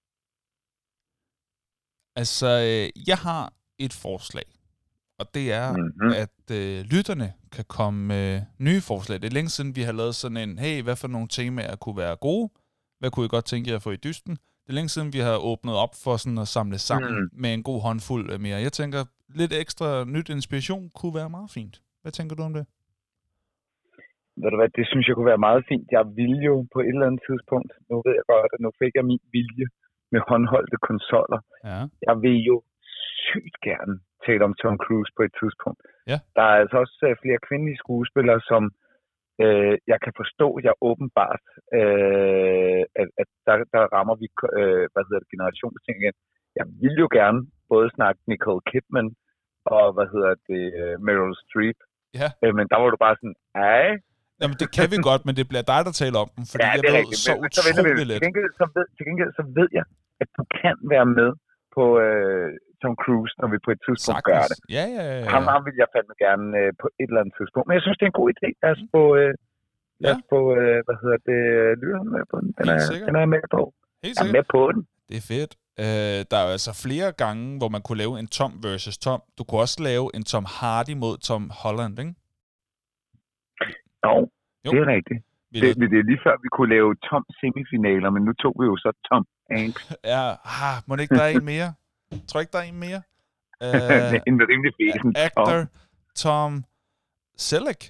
Altså, øh, jeg har et forslag, og det er, mm-hmm. at øh, lytterne kan komme med nye forslag. Det er længe siden, vi har lavet sådan en, hey, hvad for nogle temaer kunne være gode? Hvad kunne I godt tænke jer at få i dysten? Det er længe siden, vi har åbnet op for sådan at samle sammen mm. med en god håndfuld mere. Jeg tænker, lidt ekstra nyt inspiration kunne være meget fint. Hvad tænker du om det? Ved du hvad, det synes jeg kunne være meget fint. Jeg ville jo på et eller andet tidspunkt, nu ved jeg godt, at nu fik jeg min vilje med håndholdte konsoller. Ja. Jeg vil jo sygt gerne tale om Tom Cruise på et tidspunkt. Ja. Der er altså også uh, flere kvindelige skuespillere, som uh, jeg kan forstå, jeg åbenbart, uh, at, at der, der rammer vi uh, hvad hedder det, generationsting igen. Jeg vil jo gerne både snakke Nicole Kidman og hvad hedder det, uh, Meryl Streep. Ja. Uh, men der var du bare sådan, ej. Jamen, det kan vi godt, men det bliver dig, der taler om dem, fordi ja, jeg ved rigtigt. så men, utroligt lidt. Til gengæld, så ved, til gengæld så ved jeg, at du kan være med på øh, Tom Cruise, når vi på et tidspunkt Sagtens. gør det. Ja, ja, ja. Ham, ham vil jeg fandme gerne øh, på et eller andet tidspunkt. Men jeg synes, det er en god idé. Lad os få, øh, lad os ja. få øh, hvad hedder det, lyren med på den. Den er, den er med på. Helt jeg er med på den. Det er fedt. Uh, der er jo altså flere gange, hvor man kunne lave en Tom versus Tom. Du kunne også lave en Tom Hardy mod Tom Holland, ikke? Jo. Jo. Det er rigtigt. Det, det, det er lige før, vi kunne lave Tom semifinaler, men nu tog vi jo så Tom Hanks. Ja, ah, må det ikke der er en mere? Tror ikke, der er en mere? Uh, en rimelig fesen. Actor Tom Selleck.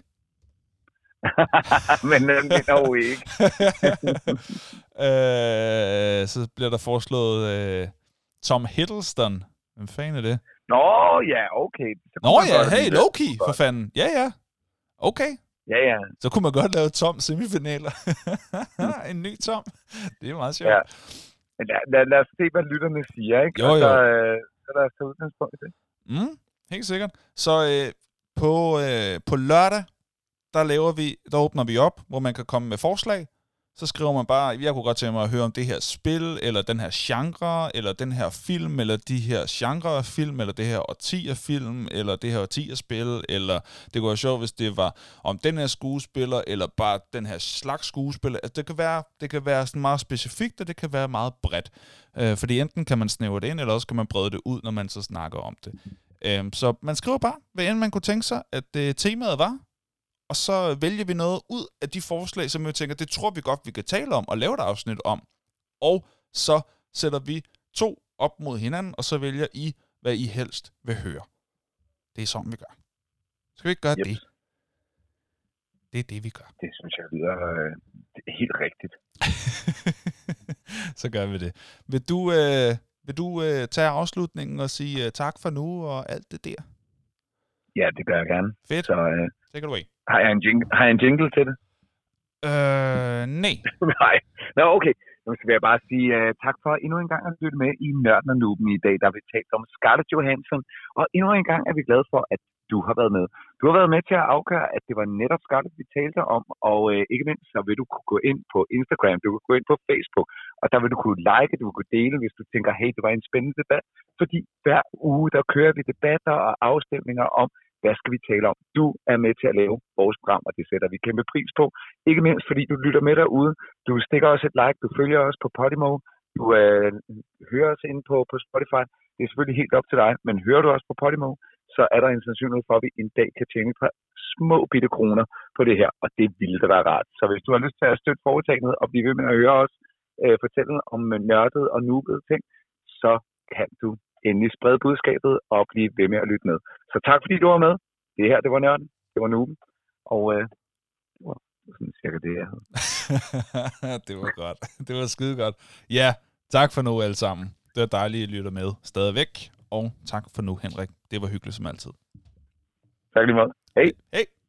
Men øh, det er jo ikke. uh, så bliver der foreslået uh, Tom Hiddleston. Hvem fanden er det? Nå, ja, okay. Nå ja, hey, Loki, for fanden. Ja, ja. Okay. Ja, ja. Så kunne man godt lave Tom semifinaler. En ny Tom. Det er meget sjovt. Ja. Lad, lad, lad os se, hvad lytterne siger, ikke? Jo, jo. Så, øh, så lad os tage udgangspunkt i det. Mm, helt sikkert. Så øh, på, øh, på lørdag, der laver vi, der åbner vi op, hvor man kan komme med forslag. Så skriver man bare, jeg kunne godt tænke mig at høre om det her spil, eller den her genre, eller den her film, eller de her genre af film, eller det her årtier film, eller det her årtier spil, eller det kunne være sjovt, hvis det var om den her skuespiller, eller bare den her slags skuespiller. Altså, det kan være, det kan være sådan meget specifikt, og det kan være meget bredt. Øh, fordi enten kan man snævre det ind, eller også kan man brede det ud, når man så snakker om det. Øh, så man skriver bare, hvad end man kunne tænke sig, at øh, temaet var, og så vælger vi noget ud af de forslag, som vi tænker, det tror vi godt, vi kan tale om og lave et afsnit om. Og så sætter vi to op mod hinanden, og så vælger I, hvad I helst vil høre. Det er sådan, vi gør. Skal vi ikke gøre yep. det? Det er det, vi gør. Det synes jeg lyder øh, det er helt rigtigt. Så gør vi det. Vil du, øh, vil du øh, tage afslutningen og sige øh, tak for nu og alt det der? Ja, det gør jeg gerne. Fedt. Så, øh, Take it away. Har jeg en jingle, har jeg en jingle til det? Øh, nej. Nej. Nå, okay. Nu skal jeg bare sige uh, tak for endnu en gang at lytte med i Nørden og Nuben i dag, der vi talt om Scarlett Johansson. Og endnu en gang er vi glade for, at du har været med. Du har været med til at afgøre, at det var netop Scarlett, vi talte om. Og uh, ikke mindst, så vil du kunne gå ind på Instagram, du kan gå ind på Facebook, og der vil du kunne like, du vil kunne dele, hvis du tænker, hey, det var en spændende debat. Fordi hver uge, der kører vi debatter og afstemninger om, hvad skal vi tale om? Du er med til at lave vores program, og det sætter vi kæmpe pris på. Ikke mindst, fordi du lytter med derude. Du stikker os et like, du følger os på Podimo, du øh, hører os inde på, på Spotify. Det er selvfølgelig helt op til dig, men hører du os på Podimo, så er der en sandsynlighed for, at vi en dag kan tjene et par små bitte kroner på det her, og det ville da være rart. Så hvis du har lyst til at støtte foretagendet og blive ved med at høre os øh, fortælle om nørdet og nubede ting, så kan du endelig sprede budskabet og blive ved med at lytte med. Så tak fordi du var med. Det her, det var Nørden. Det var Nuben. Og øh, det var sådan cirka det, jeg havde. Det var godt. Det var skide godt. Ja, tak for nu alle sammen. Det var dejligt, at I lytter med stadigvæk. Og tak for nu, Henrik. Det var hyggeligt som altid. Tak lige meget. Hej. Hej.